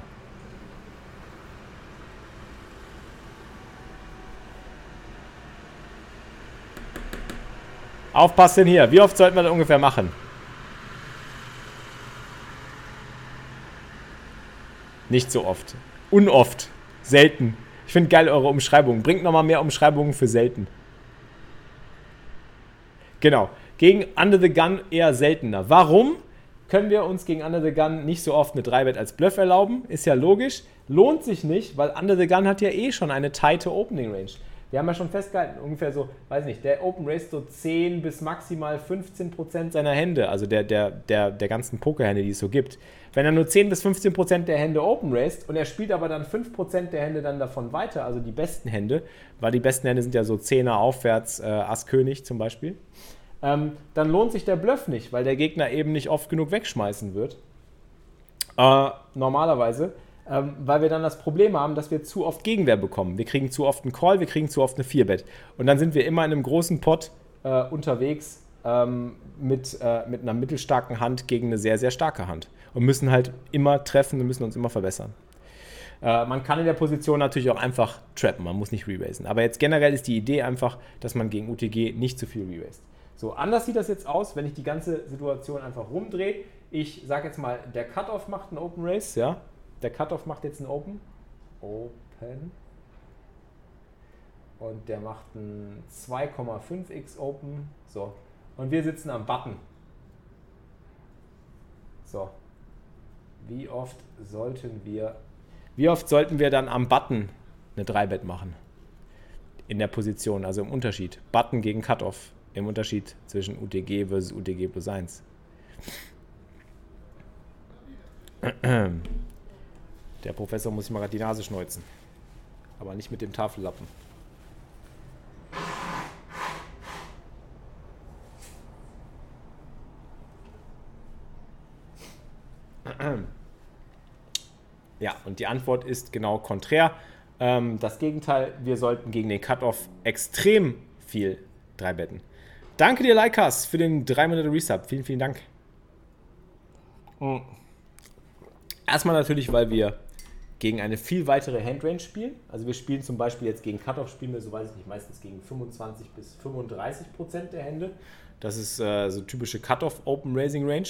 Aufpassen hier, wie oft sollten wir das ungefähr machen? Nicht so oft. Unoft. Selten. Ich finde geil eure Umschreibungen. Bringt nochmal mehr Umschreibungen für selten. Genau. Gegen Under the Gun eher seltener. Warum können wir uns gegen Under the Gun nicht so oft eine drei Bet als Bluff erlauben? Ist ja logisch. Lohnt sich nicht, weil Under the Gun hat ja eh schon eine tighte Opening Range. Wir haben ja schon festgehalten, ungefähr so, weiß nicht, der Open Race so zehn bis maximal fünfzehn Prozent seiner Hände, also der, der, der, der ganzen Pokerhände, die es so gibt. Wenn er nur zehn bis fünfzehn Prozent der Hände Open raced und er spielt aber dann fünf Prozent der Hände dann davon weiter, also die besten Hände, weil die besten Hände sind ja so Zehner aufwärts, äh, Ass König zum Beispiel, ähm, dann lohnt sich der Bluff nicht, weil der Gegner eben nicht oft genug wegschmeißen wird. Äh, normalerweise. Ähm, weil wir dann das Problem haben, dass wir zu oft Gegenwehr bekommen. Wir kriegen zu oft einen Call, wir kriegen zu oft eine vier Bet. Und dann sind wir immer in einem großen Pot äh, unterwegs ähm, mit, äh, mit einer mittelstarken Hand gegen eine sehr, sehr starke Hand. Und müssen halt immer treffen und müssen uns immer verbessern. Äh, man kann in der Position natürlich auch einfach trappen, man muss nicht re-raisen. Aber jetzt generell ist die Idee einfach, dass man gegen U T G nicht zu viel re-raised. So, anders sieht das jetzt aus, wenn ich die ganze Situation einfach rumdrehe. Ich sage jetzt mal, der Cutoff macht einen Open Race, ja. Der Cutoff macht jetzt einen Open. Open. Und der macht einen zwei Komma fünf x Open. So. Und wir sitzen am Button. So. Wie oft sollten wir, wie oft sollten wir dann am Button eine drei Bet machen? In der Position, also im Unterschied. Button gegen Cutoff. Im Unterschied zwischen U T G versus U T G plus eins. Der Professor muss sich mal gerade die Nase schneuzen. Aber nicht mit dem Tafellappen. Ja, und die Antwort ist genau konträr. Ähm, das Gegenteil, wir sollten gegen den Cutoff extrem viel drei betten. Danke dir, Leikas, für den drei Monate Resub. Vielen, vielen Dank. Mhm. Erstmal natürlich, weil wir gegen eine viel weitere Handrange spielen. Also wir spielen zum Beispiel jetzt gegen Cutoff, spielen wir, so weiß ich nicht, meistens gegen fünfundzwanzig bis fünfunddreißig Prozent der Hände. Das ist äh, so typische Cutoff Open Raising Range.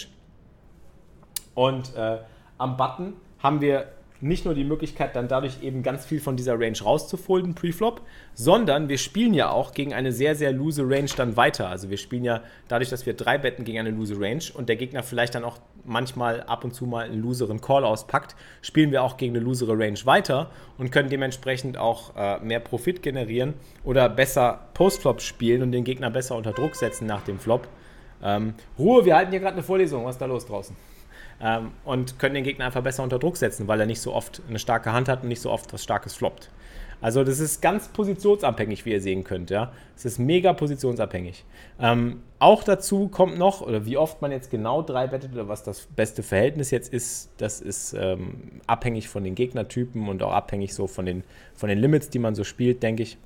Und äh, am Button haben wir nicht nur die Möglichkeit, dann dadurch eben ganz viel von dieser Range rauszufolden, Preflop, sondern wir spielen ja auch gegen eine sehr, sehr loose Range dann weiter. Also wir spielen ja dadurch, dass wir drei betten gegen eine loose Range und der Gegner vielleicht dann auch manchmal ab und zu mal einen loseren Call auspackt, spielen wir auch gegen eine losere Range weiter und können dementsprechend auch äh, mehr Profit generieren oder besser Postflop spielen und den Gegner besser unter Druck setzen nach dem Flop. Ähm, Ruhe, wir halten hier gerade eine Vorlesung, was ist da los draußen? Ähm, und können den Gegner einfach besser unter Druck setzen, weil er nicht so oft eine starke Hand hat und nicht so oft was Starkes floppt. Also das ist ganz positionsabhängig, wie ihr sehen könnt. Ja? Es ist mega positionsabhängig. Ähm, auch dazu kommt noch, oder wie oft man jetzt genau drei bettet oder was das beste Verhältnis jetzt ist, das ist ähm, abhängig von den Gegnertypen und auch abhängig so von den, von den Limits, die man so spielt, denke ich.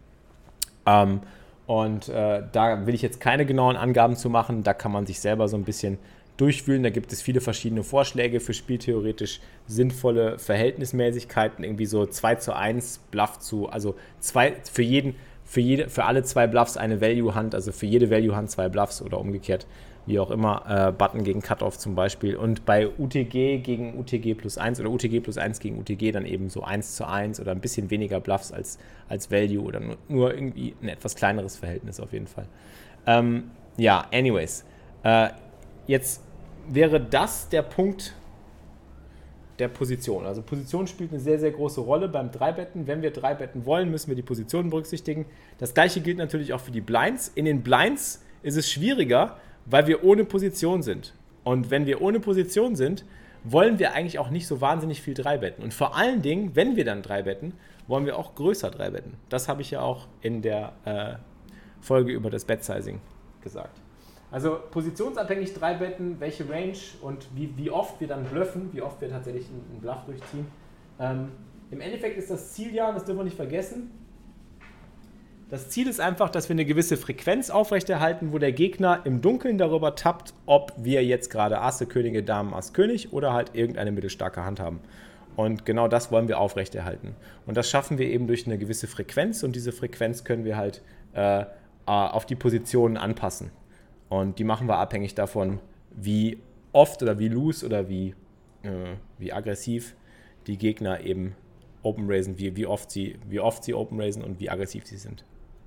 Ähm, und äh, da will ich jetzt keine genauen Angaben zu machen, da kann man sich selber so ein bisschen durchwühlen. Da gibt es viele verschiedene Vorschläge für spieltheoretisch sinnvolle Verhältnismäßigkeiten, irgendwie so zwei zu eins Bluff zu, also zwei für jeden, für jede, für alle zwei Bluffs eine Value-Hand, also für jede Value-Hand zwei Bluffs oder umgekehrt, wie auch immer, äh, Button gegen Cutoff zum Beispiel und bei U T G gegen U T G plus eins oder U T G plus eins gegen U T G dann eben so eins zu eins oder ein bisschen weniger Bluffs als, als Value oder nur, nur irgendwie ein etwas kleineres Verhältnis auf jeden Fall. Ähm, ja, anyways, äh, jetzt wäre das der Punkt der Position. Also Position spielt eine sehr, sehr große Rolle beim drei betten. Wenn wir drei betten wollen, müssen wir die Positionen berücksichtigen. Das gleiche gilt natürlich auch für die Blinds. In den Blinds ist es schwieriger, weil wir ohne Position sind. Und wenn wir ohne Position sind, wollen wir eigentlich auch nicht so wahnsinnig viel drei betten. Und vor allen Dingen, wenn wir dann drei betten, wollen wir auch größer drei betten. Das habe ich ja auch in der äh, Folge über das Bet-Sizing gesagt. Also positionsabhängig drei betten, welche Range und wie, wie oft wir dann bluffen, wie oft wir tatsächlich einen Bluff durchziehen. Ähm, Im Endeffekt ist das Ziel ja, das dürfen wir nicht vergessen, das Ziel ist einfach, dass wir eine gewisse Frequenz aufrechterhalten, wo der Gegner im Dunkeln darüber tappt, ob wir jetzt gerade Asse, Könige, Damen, Ass, König oder halt irgendeine mittelstarke Hand haben. Und genau das wollen wir aufrechterhalten. Und das schaffen wir eben durch eine gewisse Frequenz und diese Frequenz können wir halt äh, auf die Positionen anpassen. Und die machen wir abhängig davon, wie oft oder wie loose oder wie, äh, wie aggressiv die Gegner eben open raisen, wie, wie, oft sie, wie oft sie open raisen und wie aggressiv sie sind.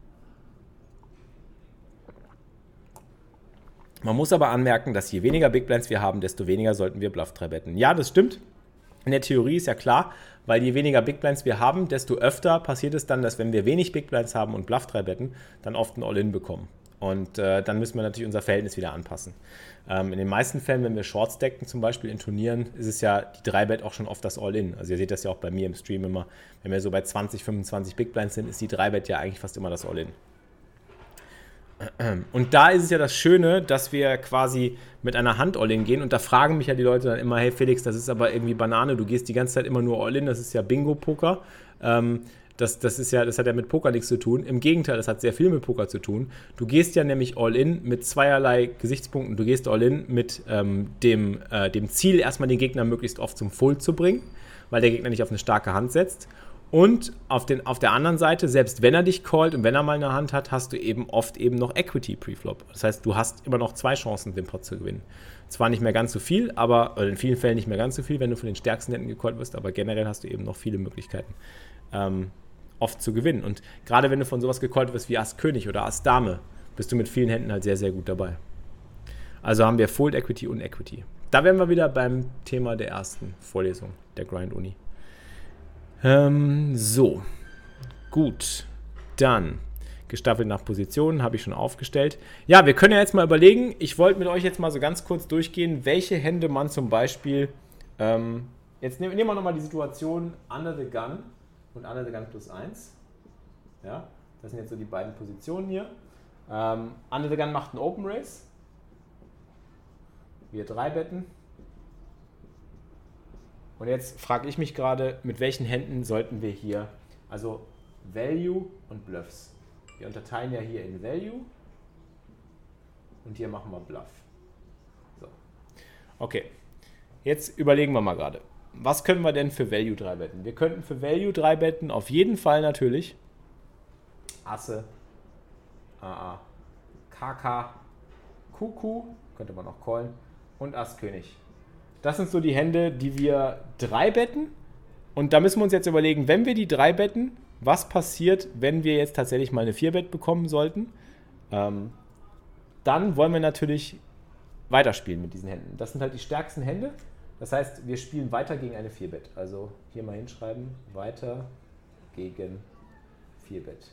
Man muss aber anmerken, dass je weniger Big Blinds wir haben, desto weniger sollten wir Bluff drei betten. Ja, das stimmt. In der Theorie ist ja klar, weil je weniger Big Blinds wir haben, desto öfter passiert es dann, dass wenn wir wenig Big Blinds haben und Bluff drei betten, dann oft ein All-In bekommen. Und äh, dann müssen wir natürlich unser Verhältnis wieder anpassen. Ähm, in den meisten Fällen, wenn wir Shorts decken, zum Beispiel in Turnieren, ist es ja die drei bet auch schon oft das All-In. Also ihr seht das ja auch bei mir im Stream immer. Wenn wir so bei zwanzig, fünfundzwanzig Big Blinds sind, ist die drei bet ja eigentlich fast immer das All-In. Und da ist es ja das Schöne, dass wir quasi mit einer Hand All-In gehen. Und da fragen mich ja die Leute dann immer, hey Felix, das ist aber irgendwie Banane, du gehst die ganze Zeit immer nur All-In, das ist ja Bingo-Poker. Ähm, das, das, ist ja, das hat ja mit Poker nichts zu tun. Im Gegenteil, das hat sehr viel mit Poker zu tun. Du gehst ja nämlich All-In mit zweierlei Gesichtspunkten. Du gehst All-In mit ähm, dem, äh, dem Ziel, erstmal den Gegner möglichst oft zum Fold zu bringen, weil der Gegner nicht auf eine starke Hand setzt. Und auf, den, auf der anderen Seite, selbst wenn er dich callt und wenn er mal eine Hand hat, hast du eben oft eben noch Equity Preflop. Das heißt, du hast immer noch zwei Chancen, den Pot zu gewinnen. Zwar nicht mehr ganz so viel, aber oder in vielen Fällen nicht mehr ganz so viel, wenn du von den stärksten Händen gecallt wirst, aber generell hast du eben noch viele Möglichkeiten, ähm, oft zu gewinnen. Und gerade wenn du von sowas gecallt wirst wie Ass König oder Ass Dame, bist du mit vielen Händen halt sehr, sehr gut dabei. Also haben wir Fold Equity und Equity. Da wären wir wieder beim Thema der ersten Vorlesung der Grind Uni. Ähm, so, gut, dann gestaffelt nach Positionen, habe ich schon aufgestellt. Ja, wir können ja jetzt mal überlegen, ich wollte mit euch jetzt mal so ganz kurz durchgehen, welche Hände man zum Beispiel, ähm, jetzt nehmen, nehmen wir nochmal die Situation Under the Gun und Under the Gun plus eins. Ja, das sind jetzt so die beiden Positionen hier. Ähm, Under the Gun macht einen Open Race. Wir drei betten. Und jetzt frage ich mich gerade, mit welchen Händen sollten wir hier, also Value und Bluffs. Wir unterteilen ja hier in Value und hier machen wir Bluff. So. Okay, jetzt überlegen wir mal gerade, was können wir denn für Value drei betten? Wir könnten für Value drei betten auf jeden Fall natürlich Asse, A A, K K, Q Q, könnte man auch callen, und Ass König. Das sind so die Hände, die wir drei betten. Und da müssen wir uns jetzt überlegen, wenn wir die drei betten, was passiert, wenn wir jetzt tatsächlich mal eine vier bet bekommen sollten. Ähm, dann wollen wir natürlich weiterspielen mit diesen Händen. Das sind halt die stärksten Hände. Das heißt, wir spielen weiter gegen eine vier bet. Also hier mal hinschreiben, weiter gegen vier bet.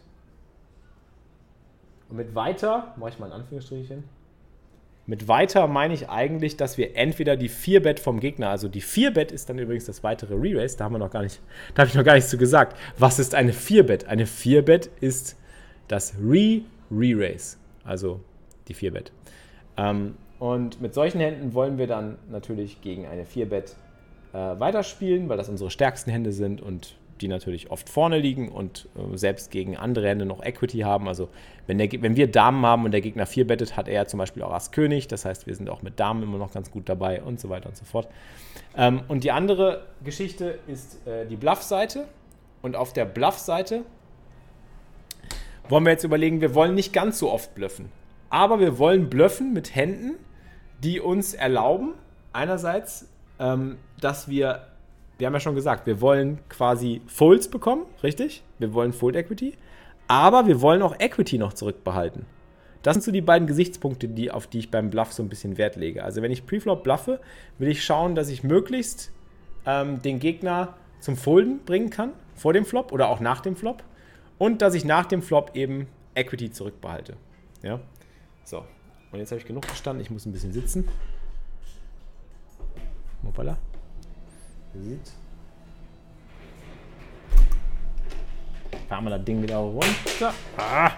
Und mit weiter, mache ich mal ein Anführungsstrichchen, mit weiter meine ich eigentlich, dass wir entweder die vier bet vom Gegner, also die vier bet ist dann übrigens das weitere Re-Raise, da haben wir noch gar nicht, da habe ich noch gar nichts zu gesagt. Was ist eine vier bet? Eine vier bet ist das Re-Re-Raise, also die vier bet. Ähm, und mit solchen Händen wollen wir dann natürlich gegen eine vier bet äh, weiterspielen, weil das unsere stärksten Hände sind und die natürlich oft vorne liegen und äh, selbst gegen andere Hände noch Equity haben. Also wenn, der, wenn wir Damen haben und der Gegner vier bettet, hat er zum Beispiel auch Ass König. Das heißt, wir sind auch mit Damen immer noch ganz gut dabei und so weiter und so fort. Ähm, und die andere Geschichte ist äh, die Bluff-Seite. Und auf der Bluff-Seite wollen wir jetzt überlegen, wir wollen nicht ganz so oft bluffen. Aber wir wollen bluffen mit Händen, die uns erlauben, einerseits, ähm, dass wir Wir haben ja schon gesagt, wir wollen quasi Folds bekommen, richtig? Wir wollen Fold Equity, aber wir wollen auch Equity noch zurückbehalten. Das sind so die beiden Gesichtspunkte, die, auf die ich beim Bluff so ein bisschen Wert lege. Also wenn ich Preflop bluffe, will ich schauen, dass ich möglichst ähm, den Gegner zum Folden bringen kann, vor dem Flop oder auch nach dem Flop, und dass ich nach dem Flop eben Equity zurückbehalte. Ja? So, und jetzt habe ich genug gestanden, ich muss ein bisschen sitzen. Hoppala. Sieht. Fahren wir das Ding wieder runter. Ah.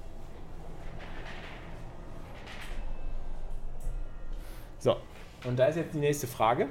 So, und da ist jetzt die nächste Frage.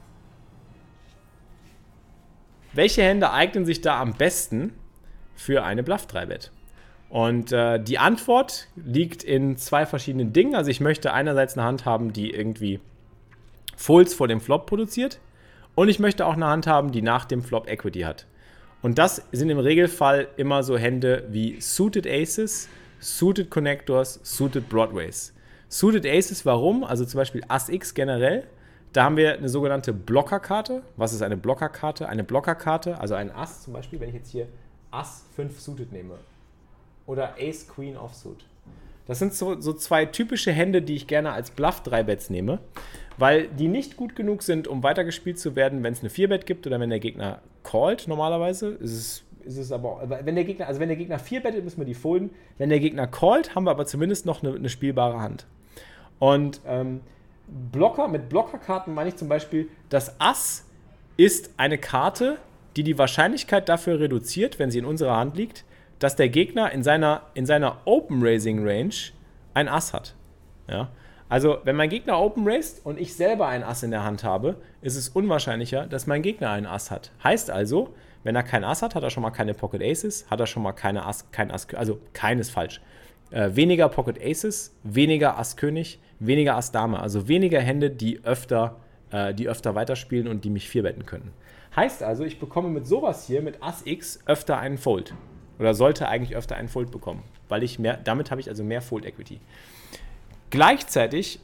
Welche Hände eignen sich da am besten für eine Bluff-drei-Bet? Und äh, die Antwort liegt in zwei verschiedenen Dingen. Also ich möchte einerseits eine Hand haben, die irgendwie Folds vor dem Flop produziert, und ich möchte auch eine Hand haben, die nach dem Flop Equity hat. Und das sind im Regelfall immer so Hände wie Suited Aces, Suited Connectors, Suited Broadways. Suited Aces, warum? Also zum Beispiel Ass X generell. Da haben wir eine sogenannte Blockerkarte. Was ist eine Blockerkarte? Eine Blockerkarte, also ein Ass zum Beispiel, wenn ich jetzt hier Ass fünf Suited nehme. Oder Ace Queen Offsuit. Das sind so, so zwei typische Hände, die ich gerne als Bluff-drei-Bets nehme, weil die nicht gut genug sind, um weitergespielt zu werden, wenn es eine vier-Bet gibt oder wenn der Gegner callt normalerweise. Ist es, ist es aber, wenn der Gegner, also wenn der Gegner vier-bettet, müssen wir die folden. Wenn der Gegner callt, haben wir aber zumindest noch eine, eine spielbare Hand. Und ähm, Blocker, mit Blockerkarten meine ich zum Beispiel, das Ass ist eine Karte, die die Wahrscheinlichkeit dafür reduziert, wenn sie in unserer Hand liegt, dass der Gegner in seiner, in seiner Open-Raising-Range ein Ass hat. Ja? Also, wenn mein Gegner Open raised und ich selber ein Ass in der Hand habe, ist es unwahrscheinlicher, dass mein Gegner ein Ass hat. Heißt also, wenn er kein Ass hat, hat er schon mal keine Pocket Aces, hat er schon mal keine Ass, kein Ass, also keines falsch. Äh, weniger Pocket Aces, weniger Ass König, weniger Ass Dame. Also weniger Hände, die öfter, äh, die öfter weiterspielen und die mich vierbetten können. Heißt also, ich bekomme mit sowas hier, mit Ass X, öfter einen Fold. Oder sollte eigentlich öfter einen Fold bekommen. Weil ich mehr, damit habe ich also mehr Fold Equity. Gleichzeitig,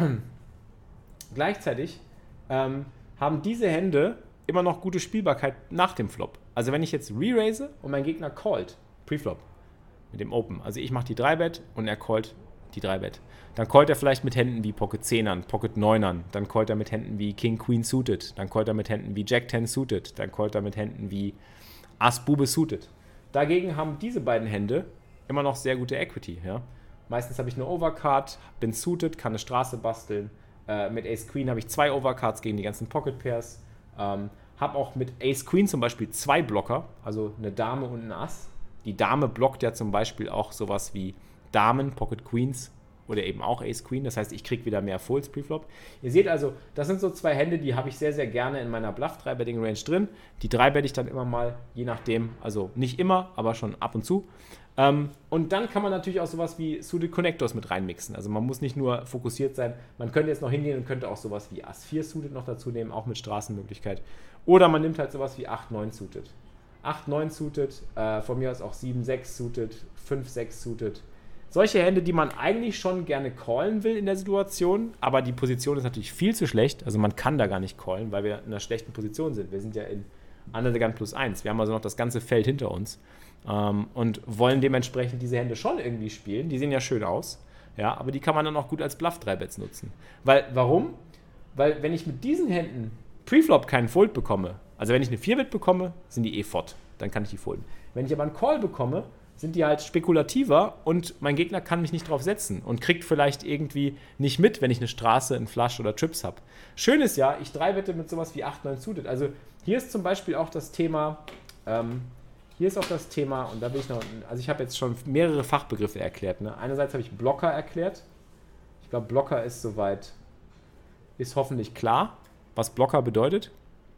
gleichzeitig ähm, haben diese Hände immer noch gute Spielbarkeit nach dem Flop. Also wenn ich jetzt re-raise und mein Gegner callt, Preflop, mit dem Open. Also ich mache die drei-Bet und er callt die drei-Bet. Dann callt er vielleicht mit Händen wie Pocket Zehnern, Pocket Neunern. Dann callt er mit Händen wie King Queen Suited. Dann callt er mit Händen wie Jack Ten Suited. Dann callt er mit Händen wie Ass Bube Suited. Dagegen haben diese beiden Hände immer noch sehr gute Equity. Ja? Meistens habe ich eine Overcard, bin suited, kann eine Straße basteln. Äh, mit Ace Queen habe ich zwei Overcards gegen die ganzen Pocket Pairs. Ähm, habe auch mit Ace Queen zum Beispiel zwei Blocker, also eine Dame und ein Ass. Die Dame blockt ja zum Beispiel auch sowas wie Damen, Pocket Queens oder eben auch Ace Queen. Das heißt, ich kriege wieder mehr Folds Preflop. Ihr seht also, das sind so zwei Hände, die habe ich sehr, sehr gerne in meiner Bluff-drei-Betting-Range drin. Die drei-bette ich dann immer mal, je nachdem, also nicht immer, aber schon ab und zu. Ähm, und dann kann man natürlich auch sowas wie Suited Connectors mit reinmixen. Also man muss nicht nur fokussiert sein, man könnte jetzt noch hingehen und könnte auch sowas wie Ass vier Suited noch dazu nehmen, auch mit Straßenmöglichkeit. Oder man nimmt halt sowas wie acht neun Suited. acht neun Suited, äh, von mir aus auch sieben sechs Suited, fünf sechs Suited. Solche Hände, die man eigentlich schon gerne callen will in der Situation, aber die Position ist natürlich viel zu schlecht. Also man kann da gar nicht callen, weil wir in einer schlechten Position sind. Wir sind ja in Under the Gun plus eins. Wir haben also noch das ganze Feld hinter uns ähm, und wollen dementsprechend diese Hände schon irgendwie spielen. Die sehen ja schön aus, ja, aber die kann man dann auch gut als Bluff-drei-Bets nutzen. Weil, warum? Weil wenn ich mit diesen Händen Preflop keinen Fold bekomme, also wenn ich eine vier-Bet bekomme, sind die eh fort. Dann kann ich die folden. Wenn ich aber einen Call bekomme, sind die halt spekulativer und mein Gegner kann mich nicht drauf setzen und kriegt vielleicht irgendwie nicht mit, wenn ich eine Straße, einen Flush oder Trips habe. Schön ist ja, ich drei-bette mit sowas wie acht neun Suited. Also hier ist zum Beispiel auch das Thema, ähm, hier ist auch das Thema, und da will ich noch, also ich habe jetzt schon mehrere Fachbegriffe erklärt. Ne? Einerseits habe ich Blocker erklärt. Ich glaube, Blocker ist soweit, ist hoffentlich klar, was Blocker bedeutet.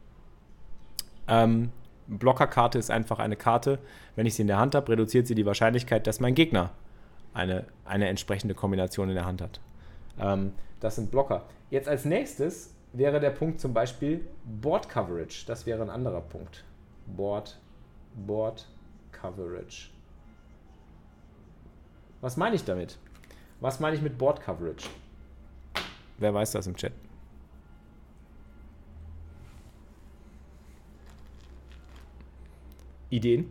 Ähm, Blockerkarte ist einfach eine Karte, wenn ich sie in der Hand habe, reduziert sie die Wahrscheinlichkeit, dass mein Gegner eine, eine entsprechende Kombination in der Hand hat. Ähm, das sind Blocker. Jetzt als nächstes wäre der Punkt zum Beispiel Board Coverage. Das wäre ein anderer Punkt. Board, Board Coverage. Was meine ich damit? Was meine ich mit Board Coverage? Wer weiß das im Chat? Ideen?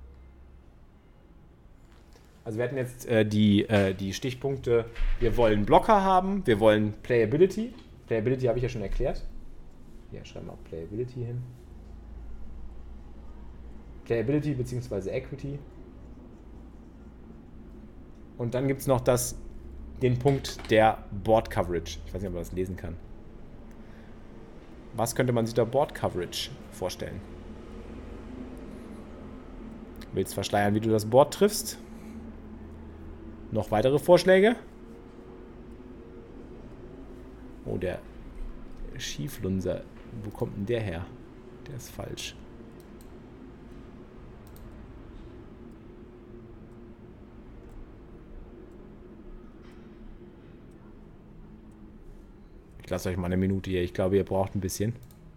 Also wir hatten jetzt äh, die, äh, die Stichpunkte, wir wollen Blocker haben, wir wollen Playability. Playability habe ich ja schon erklärt. Ja, schreiben wir auch Playability hin. Playability bzw. Equity. Und dann gibt es noch das, den Punkt der Board Coverage. Ich weiß nicht, ob man das lesen kann. Was könnte man sich da Board Coverage vorstellen? Willst verschleiern, wie du das Board triffst? Noch weitere Vorschläge? Oh, der Schieflunser. Wo kommt denn der her? Der ist falsch. Ich lasse euch mal eine Minute hier. Ich glaube, ihr braucht ein bisschen.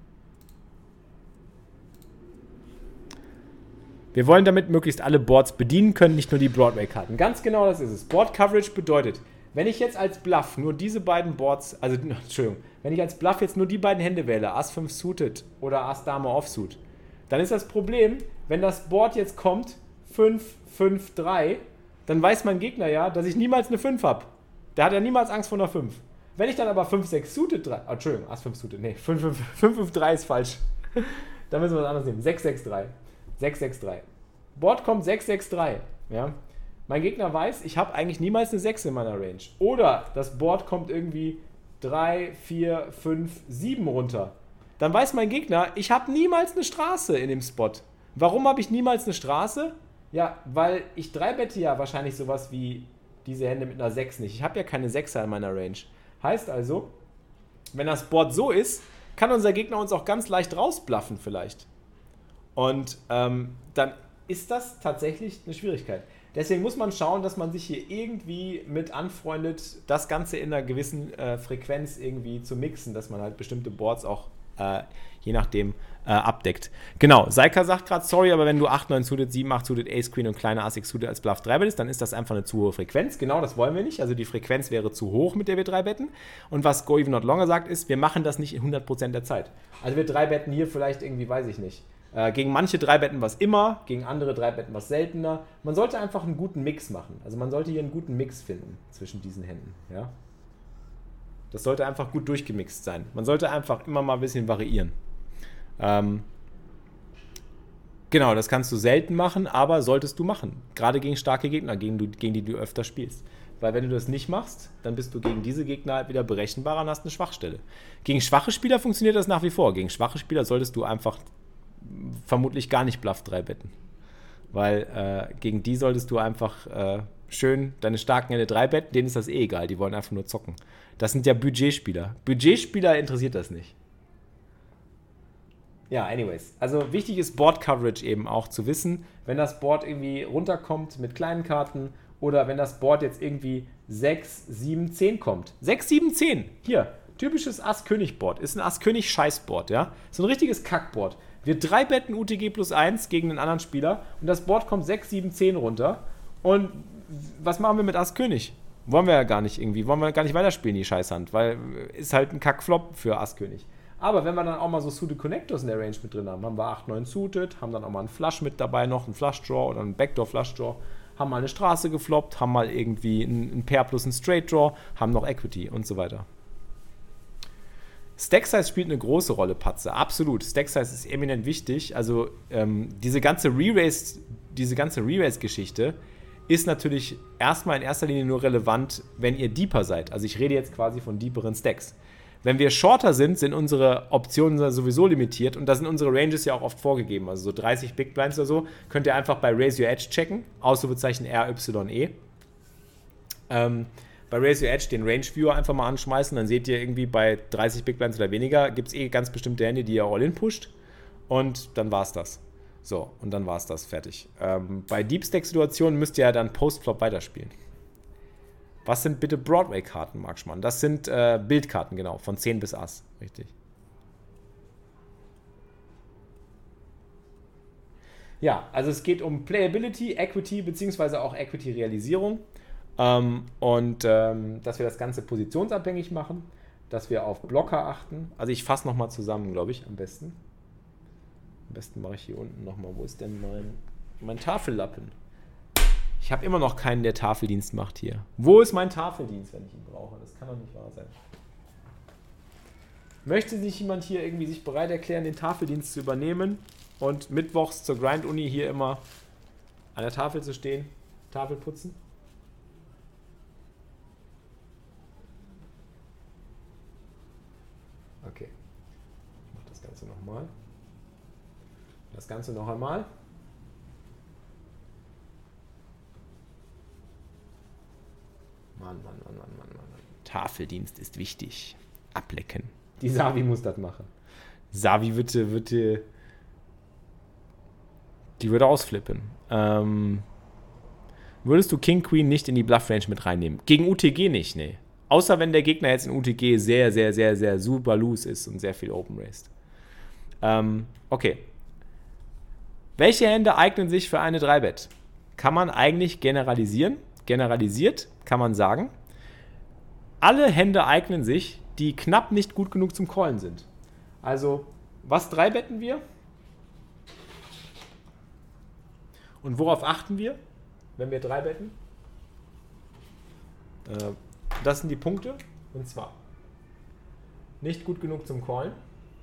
Wir wollen damit möglichst alle Boards bedienen können, nicht nur die Broadway-Karten. Ganz genau das ist es. Board Coverage bedeutet, wenn ich jetzt als Bluff nur diese beiden Boards, also, Entschuldigung, wenn ich als Bluff jetzt nur die beiden Hände wähle, Ass fünf Suited oder Ass Dame Offsuit, dann ist das Problem, wenn das Board jetzt kommt, fünf, fünf, drei, dann weiß mein Gegner ja, dass ich niemals eine fünf habe. Der hat ja niemals Angst vor einer fünf. Wenn ich dann aber fünf, sechs Suited, drei, oh, Entschuldigung, Ass fünf Suited, nee, fünf, fünf, fünf, drei ist falsch. Da müssen wir was anderes nehmen. sechs, sechs, drei. sechs, sechs, drei. Board kommt sechs, sechs, drei. Ja. Mein Gegner weiß, ich habe eigentlich niemals eine sechs in meiner Range. Oder das Board kommt irgendwie drei, vier, fünf, sieben runter. Dann weiß mein Gegner, ich habe niemals eine Straße in dem Spot. Warum habe ich niemals eine Straße? Ja, weil ich drei bette ja wahrscheinlich sowas wie diese Hände mit einer sechs nicht. Ich habe ja keine sechser in meiner Range. Heißt also, wenn das Board so ist, kann unser Gegner uns auch ganz leicht rausbluffen vielleicht. Und ähm, dann ist das tatsächlich eine Schwierigkeit. Deswegen muss man schauen, dass man sich hier irgendwie mit anfreundet, das Ganze in einer gewissen äh, Frequenz irgendwie zu mixen, dass man halt bestimmte Boards auch äh, je nachdem äh, abdeckt. Genau, Seika sagt gerade, sorry, aber wenn du acht, neun Suited, sieben, acht Suited, Ace Queen und kleine Ass X Suited als Bluff drei bettest, dann ist das einfach eine zu hohe Frequenz. Genau, das wollen wir nicht. Also die Frequenz wäre zu hoch, mit der wir drei betten. Und was Go Even Not Longer sagt, ist, wir machen das nicht in hundert Prozent der Zeit. Also wir drei betten hier vielleicht irgendwie, weiß ich nicht. Äh, gegen manche drei betten was immer, gegen andere drei betten was seltener. Man sollte einfach einen guten Mix machen. Also man sollte hier einen guten Mix finden zwischen diesen Händen. Ja? Das sollte einfach gut durchgemixt sein. Man sollte einfach immer mal ein bisschen variieren. Ähm, genau, das kannst du selten machen, aber solltest du machen. Gerade gegen starke Gegner, gegen, du, gegen die du öfter spielst. Weil wenn du das nicht machst, dann bist du gegen diese Gegner halt wieder berechenbarer und hast eine Schwachstelle. Gegen schwache Spieler funktioniert das nach wie vor. Gegen schwache Spieler solltest du einfach vermutlich gar nicht Bluff drei betten. Weil äh, gegen die solltest du einfach äh, schön deine starken Hände drei betten, denen ist das eh egal, die wollen einfach nur zocken. Das sind ja Budgetspieler. Budgetspieler interessiert das nicht. Ja, anyways. Also wichtig ist Board Coverage eben auch zu wissen, wenn das Board irgendwie runterkommt mit kleinen Karten oder wenn das Board jetzt irgendwie sechs, sieben, zehn kommt. sechs, sieben, zehn. Hier, typisches Ass-König-Board. Ist ein Ass-König-Scheiß-Board, ja? So ein richtiges Kackboard. Wir drei betten U T G plus eins gegen einen anderen Spieler und das Board kommt sechs, sieben, zehn runter. Und was machen wir mit Ass-König? Wollen wir ja gar nicht irgendwie, wollen wir gar nicht weiterspielen, die Scheißhand, weil ist halt ein Kackflop für Ass-König. Aber wenn wir dann auch mal so Suited Connectors in der Range mit drin haben, haben wir acht, neun Suited, haben dann auch mal einen Flush mit dabei noch, einen Flush-Draw oder einen Backdoor-Flush-Draw, haben mal eine Straße gefloppt, haben mal irgendwie ein Pair plus ein Straight-Draw, haben noch Equity und so weiter. Stack-Size spielt eine große Rolle, Patze, absolut. Stack-Size ist eminent wichtig. Also ähm, diese ganze Re-Race, diese ganze Re-Race-Geschichte ist natürlich erstmal in erster Linie nur relevant, wenn ihr deeper seid. Also ich rede jetzt quasi von deeperen Stacks. Wenn wir shorter sind, sind unsere Optionen sowieso limitiert und da sind unsere Ranges ja auch oft vorgegeben. Also so dreißig Big Blinds oder so könnt ihr einfach bei Raise Your Edge checken, Ausrufezeichen R Y E. Ähm, bei Raise Your Edge den Range Viewer einfach mal anschmeißen, dann seht ihr irgendwie bei dreißig Big Blinds oder weniger gibt es eh ganz bestimmte Hände, die ihr All-In pusht und dann war's das. So, und dann war's das, fertig. Ähm, bei Deep Stack-Situationen müsst ihr ja dann Post-Flop weiterspielen. Was sind bitte Broadway-Karten, Marc Schmann? Das sind äh, Bildkarten, genau, von zehn bis Ass, richtig. Ja, also es geht um Playability, Equity, beziehungsweise auch Equity-Realisierung. Ähm, und ähm, dass wir das Ganze positionsabhängig machen, dass wir auf Blocker achten. Also ich fasse nochmal zusammen, glaube ich, am besten. Am besten mache ich hier unten nochmal, wo ist denn mein, mein Tafellappen? Ich habe immer noch keinen, der Tafeldienst macht hier. Wo ist mein Tafeldienst, wenn ich ihn brauche? Das kann doch nicht wahr sein. Möchte sich jemand hier irgendwie sich bereit erklären, den Tafeldienst zu übernehmen und mittwochs zur Grind-Uni hier immer an der Tafel zu stehen, Tafel putzen? Okay. Nochmal. Das Ganze noch einmal. Mann, Mann, Mann, Mann, Mann, Mann. Tafeldienst ist wichtig. Ablecken. Die Savi muss das machen. Savi wird, wird die würde ausflippen. Ähm, würdest du King Queen nicht in die Bluff Range mit reinnehmen? Gegen U T G nicht, nee. Außer wenn der Gegner jetzt in U T G sehr, sehr, sehr, sehr super loose ist und sehr viel open raced. Ähm, okay. Welche Hände eignen sich für eine drei Bet? Kann man eigentlich generalisieren? Generalisiert kann man sagen, alle Hände eignen sich, die knapp nicht gut genug zum Callen sind. Also, was drei betten wir? Und worauf achten wir, wenn wir drei betten? Äh, das sind die Punkte. Und zwar nicht gut genug zum Callen.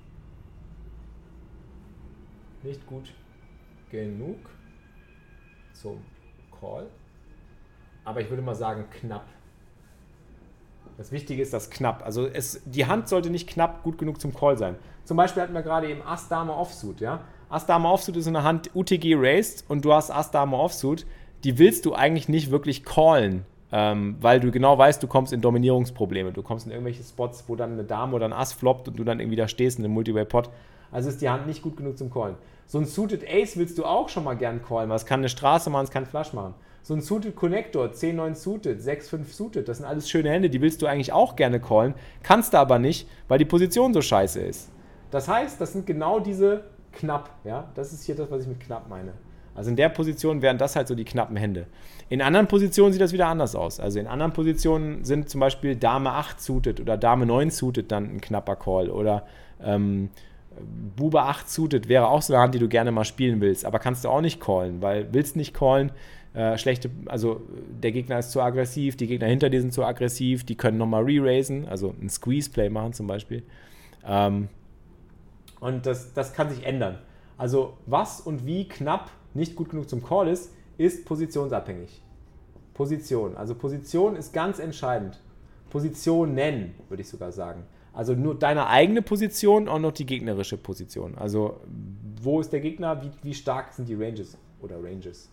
Nicht gut genug zum Call. Aber ich würde mal sagen knapp. Das Wichtige ist das knapp. Also es, die Hand sollte nicht knapp gut genug zum Call sein. Zum Beispiel hatten wir gerade eben Ass, Dame, Offsuit. Ja? Ass, Dame, Offsuit ist eine Hand U T G raised und du hast Ass, Dame, Offsuit. Die willst du eigentlich nicht wirklich callen, ähm, weil du genau weißt, du kommst in Dominierungsprobleme. Du kommst in irgendwelche Spots, wo dann eine Dame oder ein Ass floppt und du dann irgendwie da stehst in einem Multiway-Pot. Also ist die Hand nicht gut genug zum Callen. So ein Suited Ace willst du auch schon mal gern callen, weil es kann eine Straße machen, es kann Flush machen. So ein Suited Connector, zehn neun Suited, sechs fünf Suited, das sind alles schöne Hände, die willst du eigentlich auch gerne callen, kannst du aber nicht, weil die Position so scheiße ist. Das heißt, das sind genau diese knapp, ja, das ist hier das, was ich mit knapp meine. Also in der Position wären das halt so die knappen Hände. In anderen Positionen sieht das wieder anders aus. Also in anderen Positionen sind zum Beispiel Dame acht Suited oder Dame neun Suited dann ein knapper Call oder ähm, Bube acht Suited wäre auch so eine Hand, die du gerne mal spielen willst, aber kannst du auch nicht callen, weil willst nicht callen, Äh, schlechte, also der Gegner ist zu aggressiv, die Gegner hinter dir sind zu aggressiv, die können nochmal re-raisen, also ein Squeeze-Play machen zum Beispiel. Ähm, und das, das kann sich ändern. Also was und wie knapp nicht gut genug zum Call ist, ist positionsabhängig. Position. Also Position ist ganz entscheidend. Positionen, würde ich sogar sagen. Also nur deine eigene Position und noch die gegnerische Position. Also wo ist der Gegner, wie, wie stark sind die Ranges oder Ranges?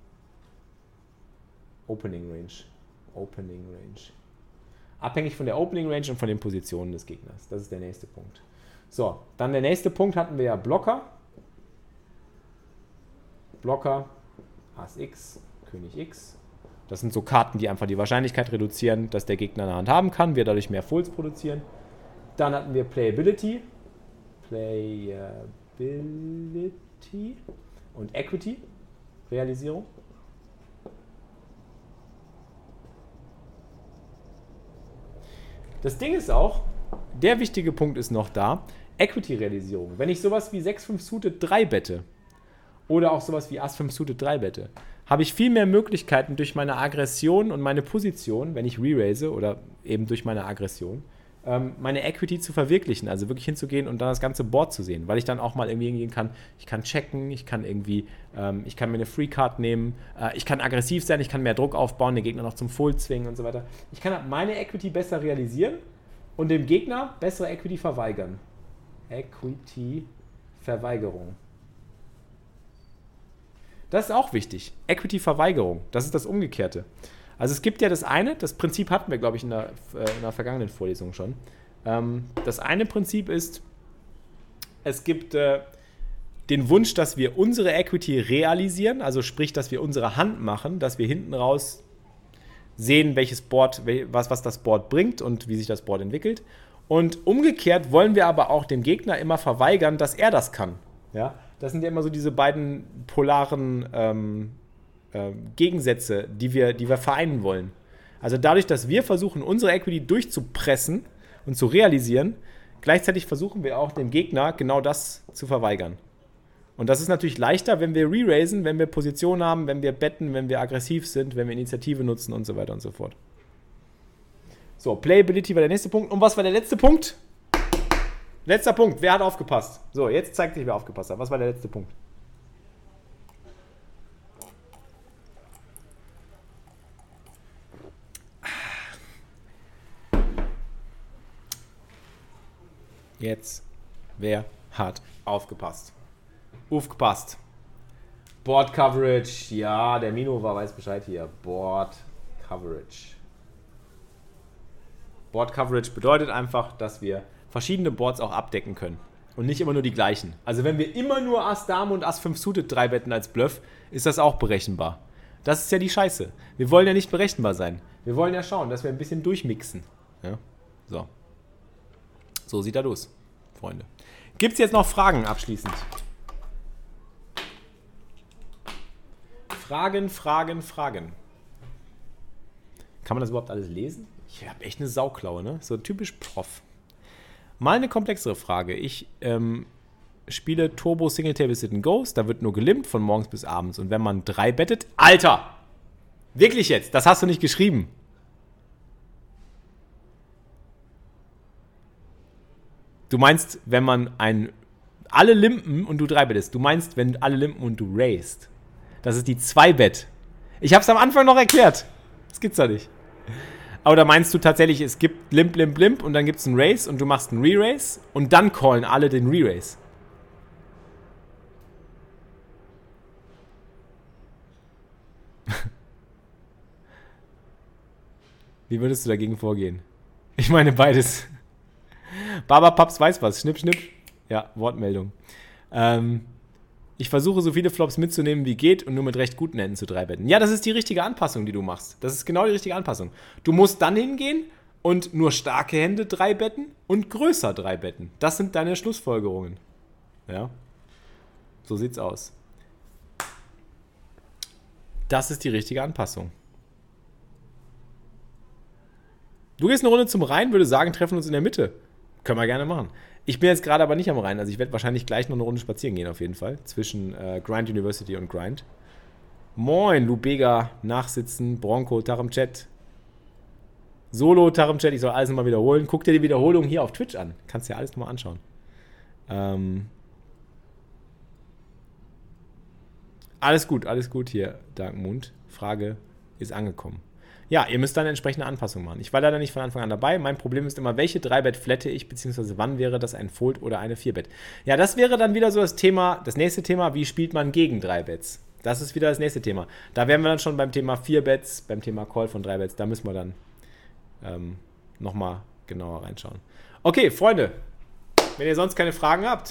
Opening Range. Opening Range. Abhängig von der Opening Range und von den Positionen des Gegners. Das ist der nächste Punkt. So, dann der nächste Punkt hatten wir ja Blocker. Blocker, Ass X, König X. Das sind so Karten, die einfach die Wahrscheinlichkeit reduzieren, dass der Gegner eine Hand haben kann, wir dadurch mehr Folds produzieren. Dann hatten wir Playability. Playability und Equity, Realisierung. Das Ding ist auch, der wichtige Punkt ist noch da, Equity-Realisierung. Wenn ich sowas wie sechs fünf Suited drei bette oder auch sowas wie Ass fünf Suited drei bette, habe ich viel mehr Möglichkeiten durch meine Aggression und meine Position, wenn ich re-raise oder eben durch meine Aggression, meine Equity zu verwirklichen, also wirklich hinzugehen und dann das ganze Board zu sehen, weil ich dann auch mal irgendwie hingehen kann, ich kann checken, ich kann irgendwie, ähm, ich kann mir eine Free-Card nehmen, äh, ich kann aggressiv sein, ich kann mehr Druck aufbauen, den Gegner noch zum Fold zwingen und so weiter. Ich kann meine Equity besser realisieren und dem Gegner bessere Equity verweigern. Equity-Verweigerung. Das ist auch wichtig. Equity-Verweigerung, das ist das Umgekehrte. Also es gibt ja das eine, das Prinzip hatten wir, glaube ich, in der, in der vergangenen Vorlesung schon. Ähm, das eine Prinzip ist, es gibt äh, den Wunsch, dass wir unsere Equity realisieren, also sprich, dass wir unsere Hand machen, dass wir hinten raus sehen, welches Board, was, was das Board bringt und wie sich das Board entwickelt. Und umgekehrt wollen wir aber auch dem Gegner immer verweigern, dass er das kann. Ja? Das sind ja immer so diese beiden polaren ähm, Gegensätze, die wir, die wir vereinen wollen. Also dadurch, dass wir versuchen, unsere Equity durchzupressen und zu realisieren, gleichzeitig versuchen wir auch dem Gegner genau das zu verweigern. Und das ist natürlich leichter, wenn wir re-raisen, wenn wir Position haben, wenn wir betten, wenn wir aggressiv sind, wenn wir Initiative nutzen und so weiter und so fort. So, Playability war der nächste Punkt. Und was war der letzte Punkt? Letzter Punkt. Wer hat aufgepasst? So, jetzt zeigt sich, wer aufgepasst hat. Was war der letzte Punkt? Jetzt, wer hat aufgepasst. Aufgepasst. Board Coverage. Ja, der Mino war, weiß Bescheid hier. Board Coverage. Board Coverage bedeutet einfach, dass wir verschiedene Boards auch abdecken können. Und nicht immer nur die gleichen. Also wenn wir immer nur Ass Dame und Ass fünf Suited drei betten als Bluff, ist das auch berechenbar. Das ist ja die Scheiße. Wir wollen ja nicht berechenbar sein. Wir wollen ja schauen, dass wir ein bisschen durchmixen. Ja? So. So sieht das aus, Freunde. Gibt es jetzt noch Fragen abschließend? Fragen, Fragen, Fragen. Kann man das überhaupt alles lesen? Ich habe echt eine Sauklaue, ne? So typisch Prof. Mal eine komplexere Frage. Ich ähm, spiele Turbo Single Table Sit and Goes. Da wird nur gelimpt von morgens bis abends. Und wenn man drei bettet... Alter! Wirklich jetzt? Das hast du nicht geschrieben. Du meinst, wenn man ein... Alle limpen und du drei bettest. Du meinst, wenn alle limpen und du raised. Das ist die zwei Bet. Ich habe es am Anfang noch erklärt. Das gibt's da nicht. Aber da meinst du tatsächlich, es gibt Limp, Limp, Limp und dann gibt es einen Race und du machst einen Re-Race und dann callen alle den Re-Race. Wie würdest du dagegen vorgehen? Ich meine beides. Baba Paps weiß was. Schnipp, schnipp. Ja, Wortmeldung. Ähm, ich versuche so viele Flops mitzunehmen wie geht und nur mit recht guten Händen zu drei betten. Ja, das ist die richtige Anpassung, die du machst. Das ist genau die richtige Anpassung. Du musst dann hingehen und nur starke Hände drei betten und größer drei betten. Das sind deine Schlussfolgerungen. Ja, so sieht's aus. Das ist die richtige Anpassung. Du gehst eine Runde zum Rhein, würde sagen, treffen uns in der Mitte. Können wir gerne machen. Ich bin jetzt gerade aber nicht am Rhein, also ich werde wahrscheinlich gleich noch eine Runde spazieren gehen auf jeden Fall. Zwischen äh, Grind University und Grind. Moin, Lubega, Nachsitzen, Bronco, Taramchat. Solo, Taramchat, ich soll alles nochmal wiederholen. Guck dir die Wiederholung hier auf Twitch an. Kannst dir alles nochmal anschauen. Ähm alles gut, alles gut hier, Darkmund. Frage ist angekommen. Ja, ihr müsst dann eine entsprechende Anpassung machen. Ich war leider nicht von Anfang an dabei. Mein Problem ist immer, welche drei Bet flatte ich, beziehungsweise wann wäre das ein Fold oder eine vier Bet? Ja, das wäre dann wieder so das Thema, das nächste Thema, wie spielt man gegen drei Bets? Das ist wieder das nächste Thema. Da wären wir dann schon beim Thema vier Bets, beim Thema Call von drei Bets. Da müssen wir dann ähm, nochmal genauer reinschauen. Okay, Freunde, wenn ihr sonst keine Fragen habt.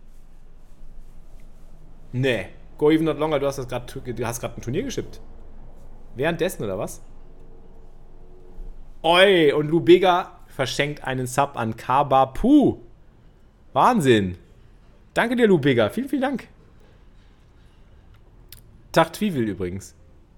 Nee, go even not longer, du hast das grad, du hast gerade ein Turnier geschippt. Währenddessen, oder was? Oi, und Lubega verschenkt einen Sub an Kabapu. Wahnsinn. Danke dir, Lubega. Vielen, vielen Dank. Tag Twivel übrigens.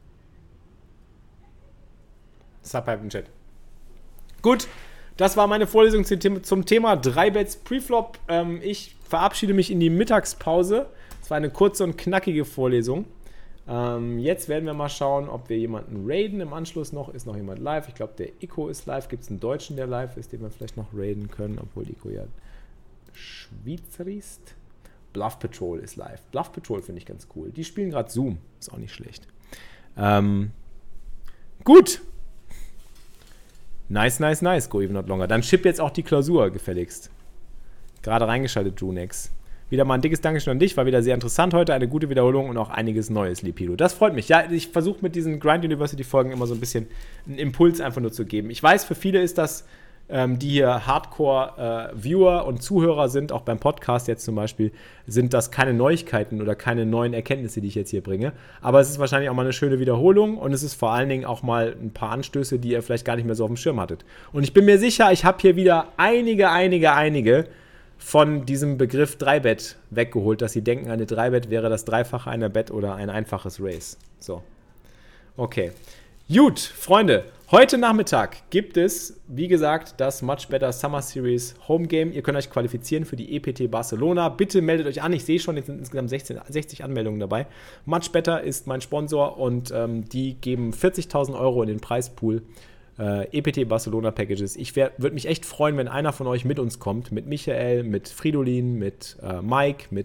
Sub im Chat. Gut, das war meine Vorlesung zum Thema drei Bets Preflop. Ähm, ich verabschiede mich in die Mittagspause. Es war eine kurze und knackige Vorlesung. Ähm, jetzt werden wir mal schauen, ob wir jemanden raiden im Anschluss noch. Ist noch jemand live? Ich glaube, der Ico ist live. Gibt es einen Deutschen, der live ist, den wir vielleicht noch raiden können, obwohl Ico ja Schweizer ist. Bluff Patrol ist live. Bluff Patrol finde ich ganz cool. Die spielen gerade Zoom. Ist auch nicht schlecht. Ähm, gut. Nice, nice, nice. Go even not longer. Dann chip jetzt auch die Klausur gefälligst. Gerade reingeschaltet, Junex. Wieder mal ein dickes Dankeschön an dich, war wieder sehr interessant heute, eine gute Wiederholung und auch einiges Neues, Lipido. Das freut mich. Ja, ich versuche mit diesen Grind University Folgen immer so ein bisschen einen Impuls einfach nur zu geben. Ich weiß, für viele ist das, ähm, die hier Hardcore-Viewer äh, und Zuhörer sind, auch beim Podcast jetzt zum Beispiel, sind das keine Neuigkeiten oder keine neuen Erkenntnisse, die ich jetzt hier bringe. Aber es ist wahrscheinlich auch mal eine schöne Wiederholung und es ist vor allen Dingen auch mal ein paar Anstöße, die ihr vielleicht gar nicht mehr so auf dem Schirm hattet. Und ich bin mir sicher, ich habe hier wieder einige, einige, einige von diesem Begriff drei Bet weggeholt, dass sie denken, eine drei Bet wäre das Dreifache einer Bet oder ein einfaches Race. So. Okay. Gut, Freunde, heute Nachmittag gibt es, wie gesagt, das Much Better Summer Series Home Game. Ihr könnt euch qualifizieren für die E P T Barcelona. Bitte meldet euch an. Ich sehe schon, jetzt sind insgesamt sechzehn, sechzig Anmeldungen dabei. Much Better ist mein Sponsor und ähm, die geben vierzigtausend Euro in den Preispool. Äh, E P T Barcelona Packages. Ich würde mich echt freuen, wenn einer von euch mit uns kommt. Mit Michael, mit Fridolin, mit äh, Mike, mit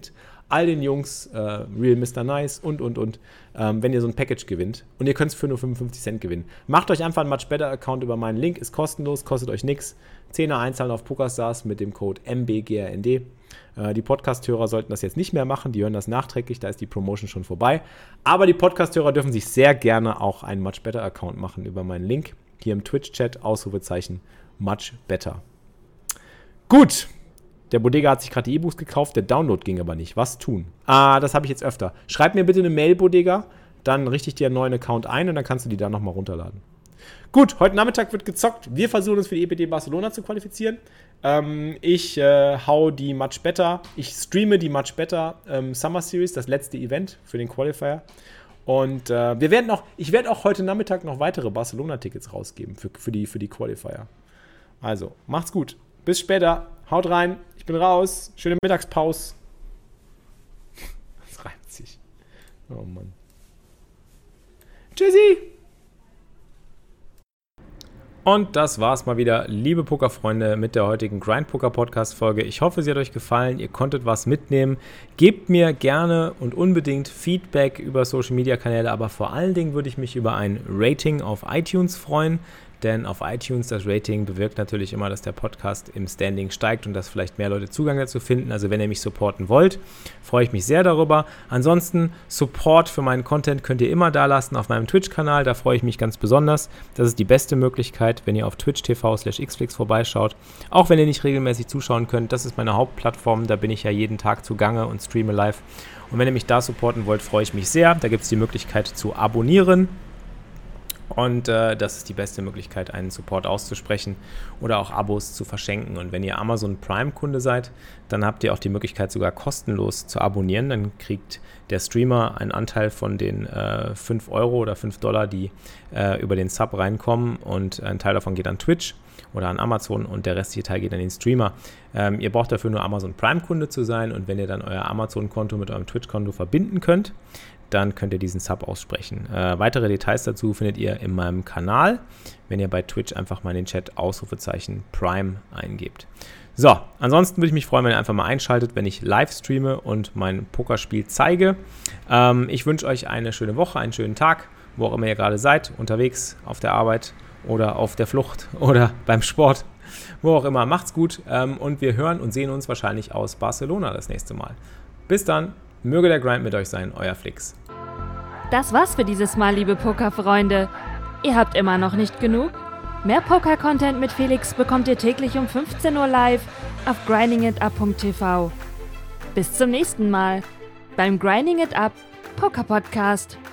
all den Jungs, äh, Real Mister Nice und, und, und, ähm, wenn ihr so ein Package gewinnt. Und ihr könnt es für nur fünfundfünfzig Cent gewinnen. Macht euch einfach einen Much Better Account über meinen Link, ist kostenlos, kostet euch nichts. Zehner einzahlen auf PokerStars mit dem Code M B G R N D. Äh, die Podcast-Hörer sollten das jetzt nicht mehr machen, die hören das nachträglich, da ist die Promotion schon vorbei. Aber die Podcast-Hörer dürfen sich sehr gerne auch einen Much Better Account machen über meinen Link. Hier im Twitch-Chat, Ausrufezeichen, Much Better. Gut, der Bodega hat sich gerade die E-Books gekauft, der Download ging aber nicht. Was tun? Ah, das habe ich jetzt öfter. Schreib mir bitte eine Mail, Bodega, dann richte ich dir einen neuen Account ein und dann kannst du die da nochmal runterladen. Gut, heute Nachmittag wird gezockt. Wir versuchen uns für die E P T Barcelona zu qualifizieren. Ähm, ich äh, hau die Much Better, ich streame die Much Better ähm, Summer Series, das letzte Event für den Qualifier. Und äh, wir werden auch, ich werde auch heute Nachmittag noch weitere Barcelona-Tickets rausgeben für, für, die, für die Qualifier. Also, macht's gut. Bis später. Haut rein. Ich bin raus. Schöne Mittagspause. Das reimt sich. Oh Mann. Tschüssi. Und das war's mal wieder, liebe Pokerfreunde, mit der heutigen Grind-Poker-Podcast-Folge. Ich hoffe, sie hat euch gefallen, ihr konntet was mitnehmen. Gebt mir gerne und unbedingt Feedback über Social-Media-Kanäle, aber vor allen Dingen würde ich mich über ein Rating auf iTunes freuen. Denn auf iTunes das Rating bewirkt natürlich immer, dass der Podcast im Standing steigt und dass vielleicht mehr Leute Zugang dazu finden. Also wenn ihr mich supporten wollt, freue ich mich sehr darüber. Ansonsten Support für meinen Content könnt ihr immer da lassen auf meinem Twitch-Kanal. Da freue ich mich ganz besonders. Das ist die beste Möglichkeit, wenn ihr auf twitch punkt t v slash xflix vorbeischaut. Auch wenn ihr nicht regelmäßig zuschauen könnt, das ist meine Hauptplattform. Da bin ich ja jeden Tag zugange und streame live. Und wenn ihr mich da supporten wollt, freue ich mich sehr. Da gibt es die Möglichkeit zu abonnieren. Und äh, das ist die beste Möglichkeit, einen Support auszusprechen oder auch Abos zu verschenken. Und wenn ihr Amazon Prime-Kunde seid, dann habt ihr auch die Möglichkeit, sogar kostenlos zu abonnieren. Dann kriegt der Streamer einen Anteil von den äh, fünf Euro oder fünf Dollar, die äh, über den Sub reinkommen. Und ein Teil davon geht an Twitch oder an Amazon und der restliche Teil geht an den Streamer. Ähm, ihr braucht dafür nur Amazon Prime-Kunde zu sein. Und wenn ihr dann euer Amazon-Konto mit eurem Twitch-Konto verbinden könnt, dann könnt ihr diesen Sub aussprechen. Äh, weitere Details dazu findet ihr in meinem Kanal, wenn ihr bei Twitch einfach mal in den Chat Ausrufezeichen Prime eingebt. So, ansonsten würde ich mich freuen, wenn ihr einfach mal einschaltet, wenn ich live streame und mein Pokerspiel zeige. Ähm, ich wünsche euch eine schöne Woche, einen schönen Tag, wo auch immer ihr gerade seid, unterwegs, auf der Arbeit oder auf der Flucht oder beim Sport, wo auch immer. Macht's gut ähm, und wir hören und sehen uns wahrscheinlich aus Barcelona das nächste Mal. Bis dann. Möge der Grind mit euch sein, euer Flix.
Das war's für dieses Mal, liebe Pokerfreunde. Ihr habt immer noch nicht genug? Mehr Poker-Content mit Felix bekommt ihr täglich um fünfzehn Uhr live auf grinding it up punkt t v. Bis zum nächsten Mal beim Grinding It Up Poker Podcast.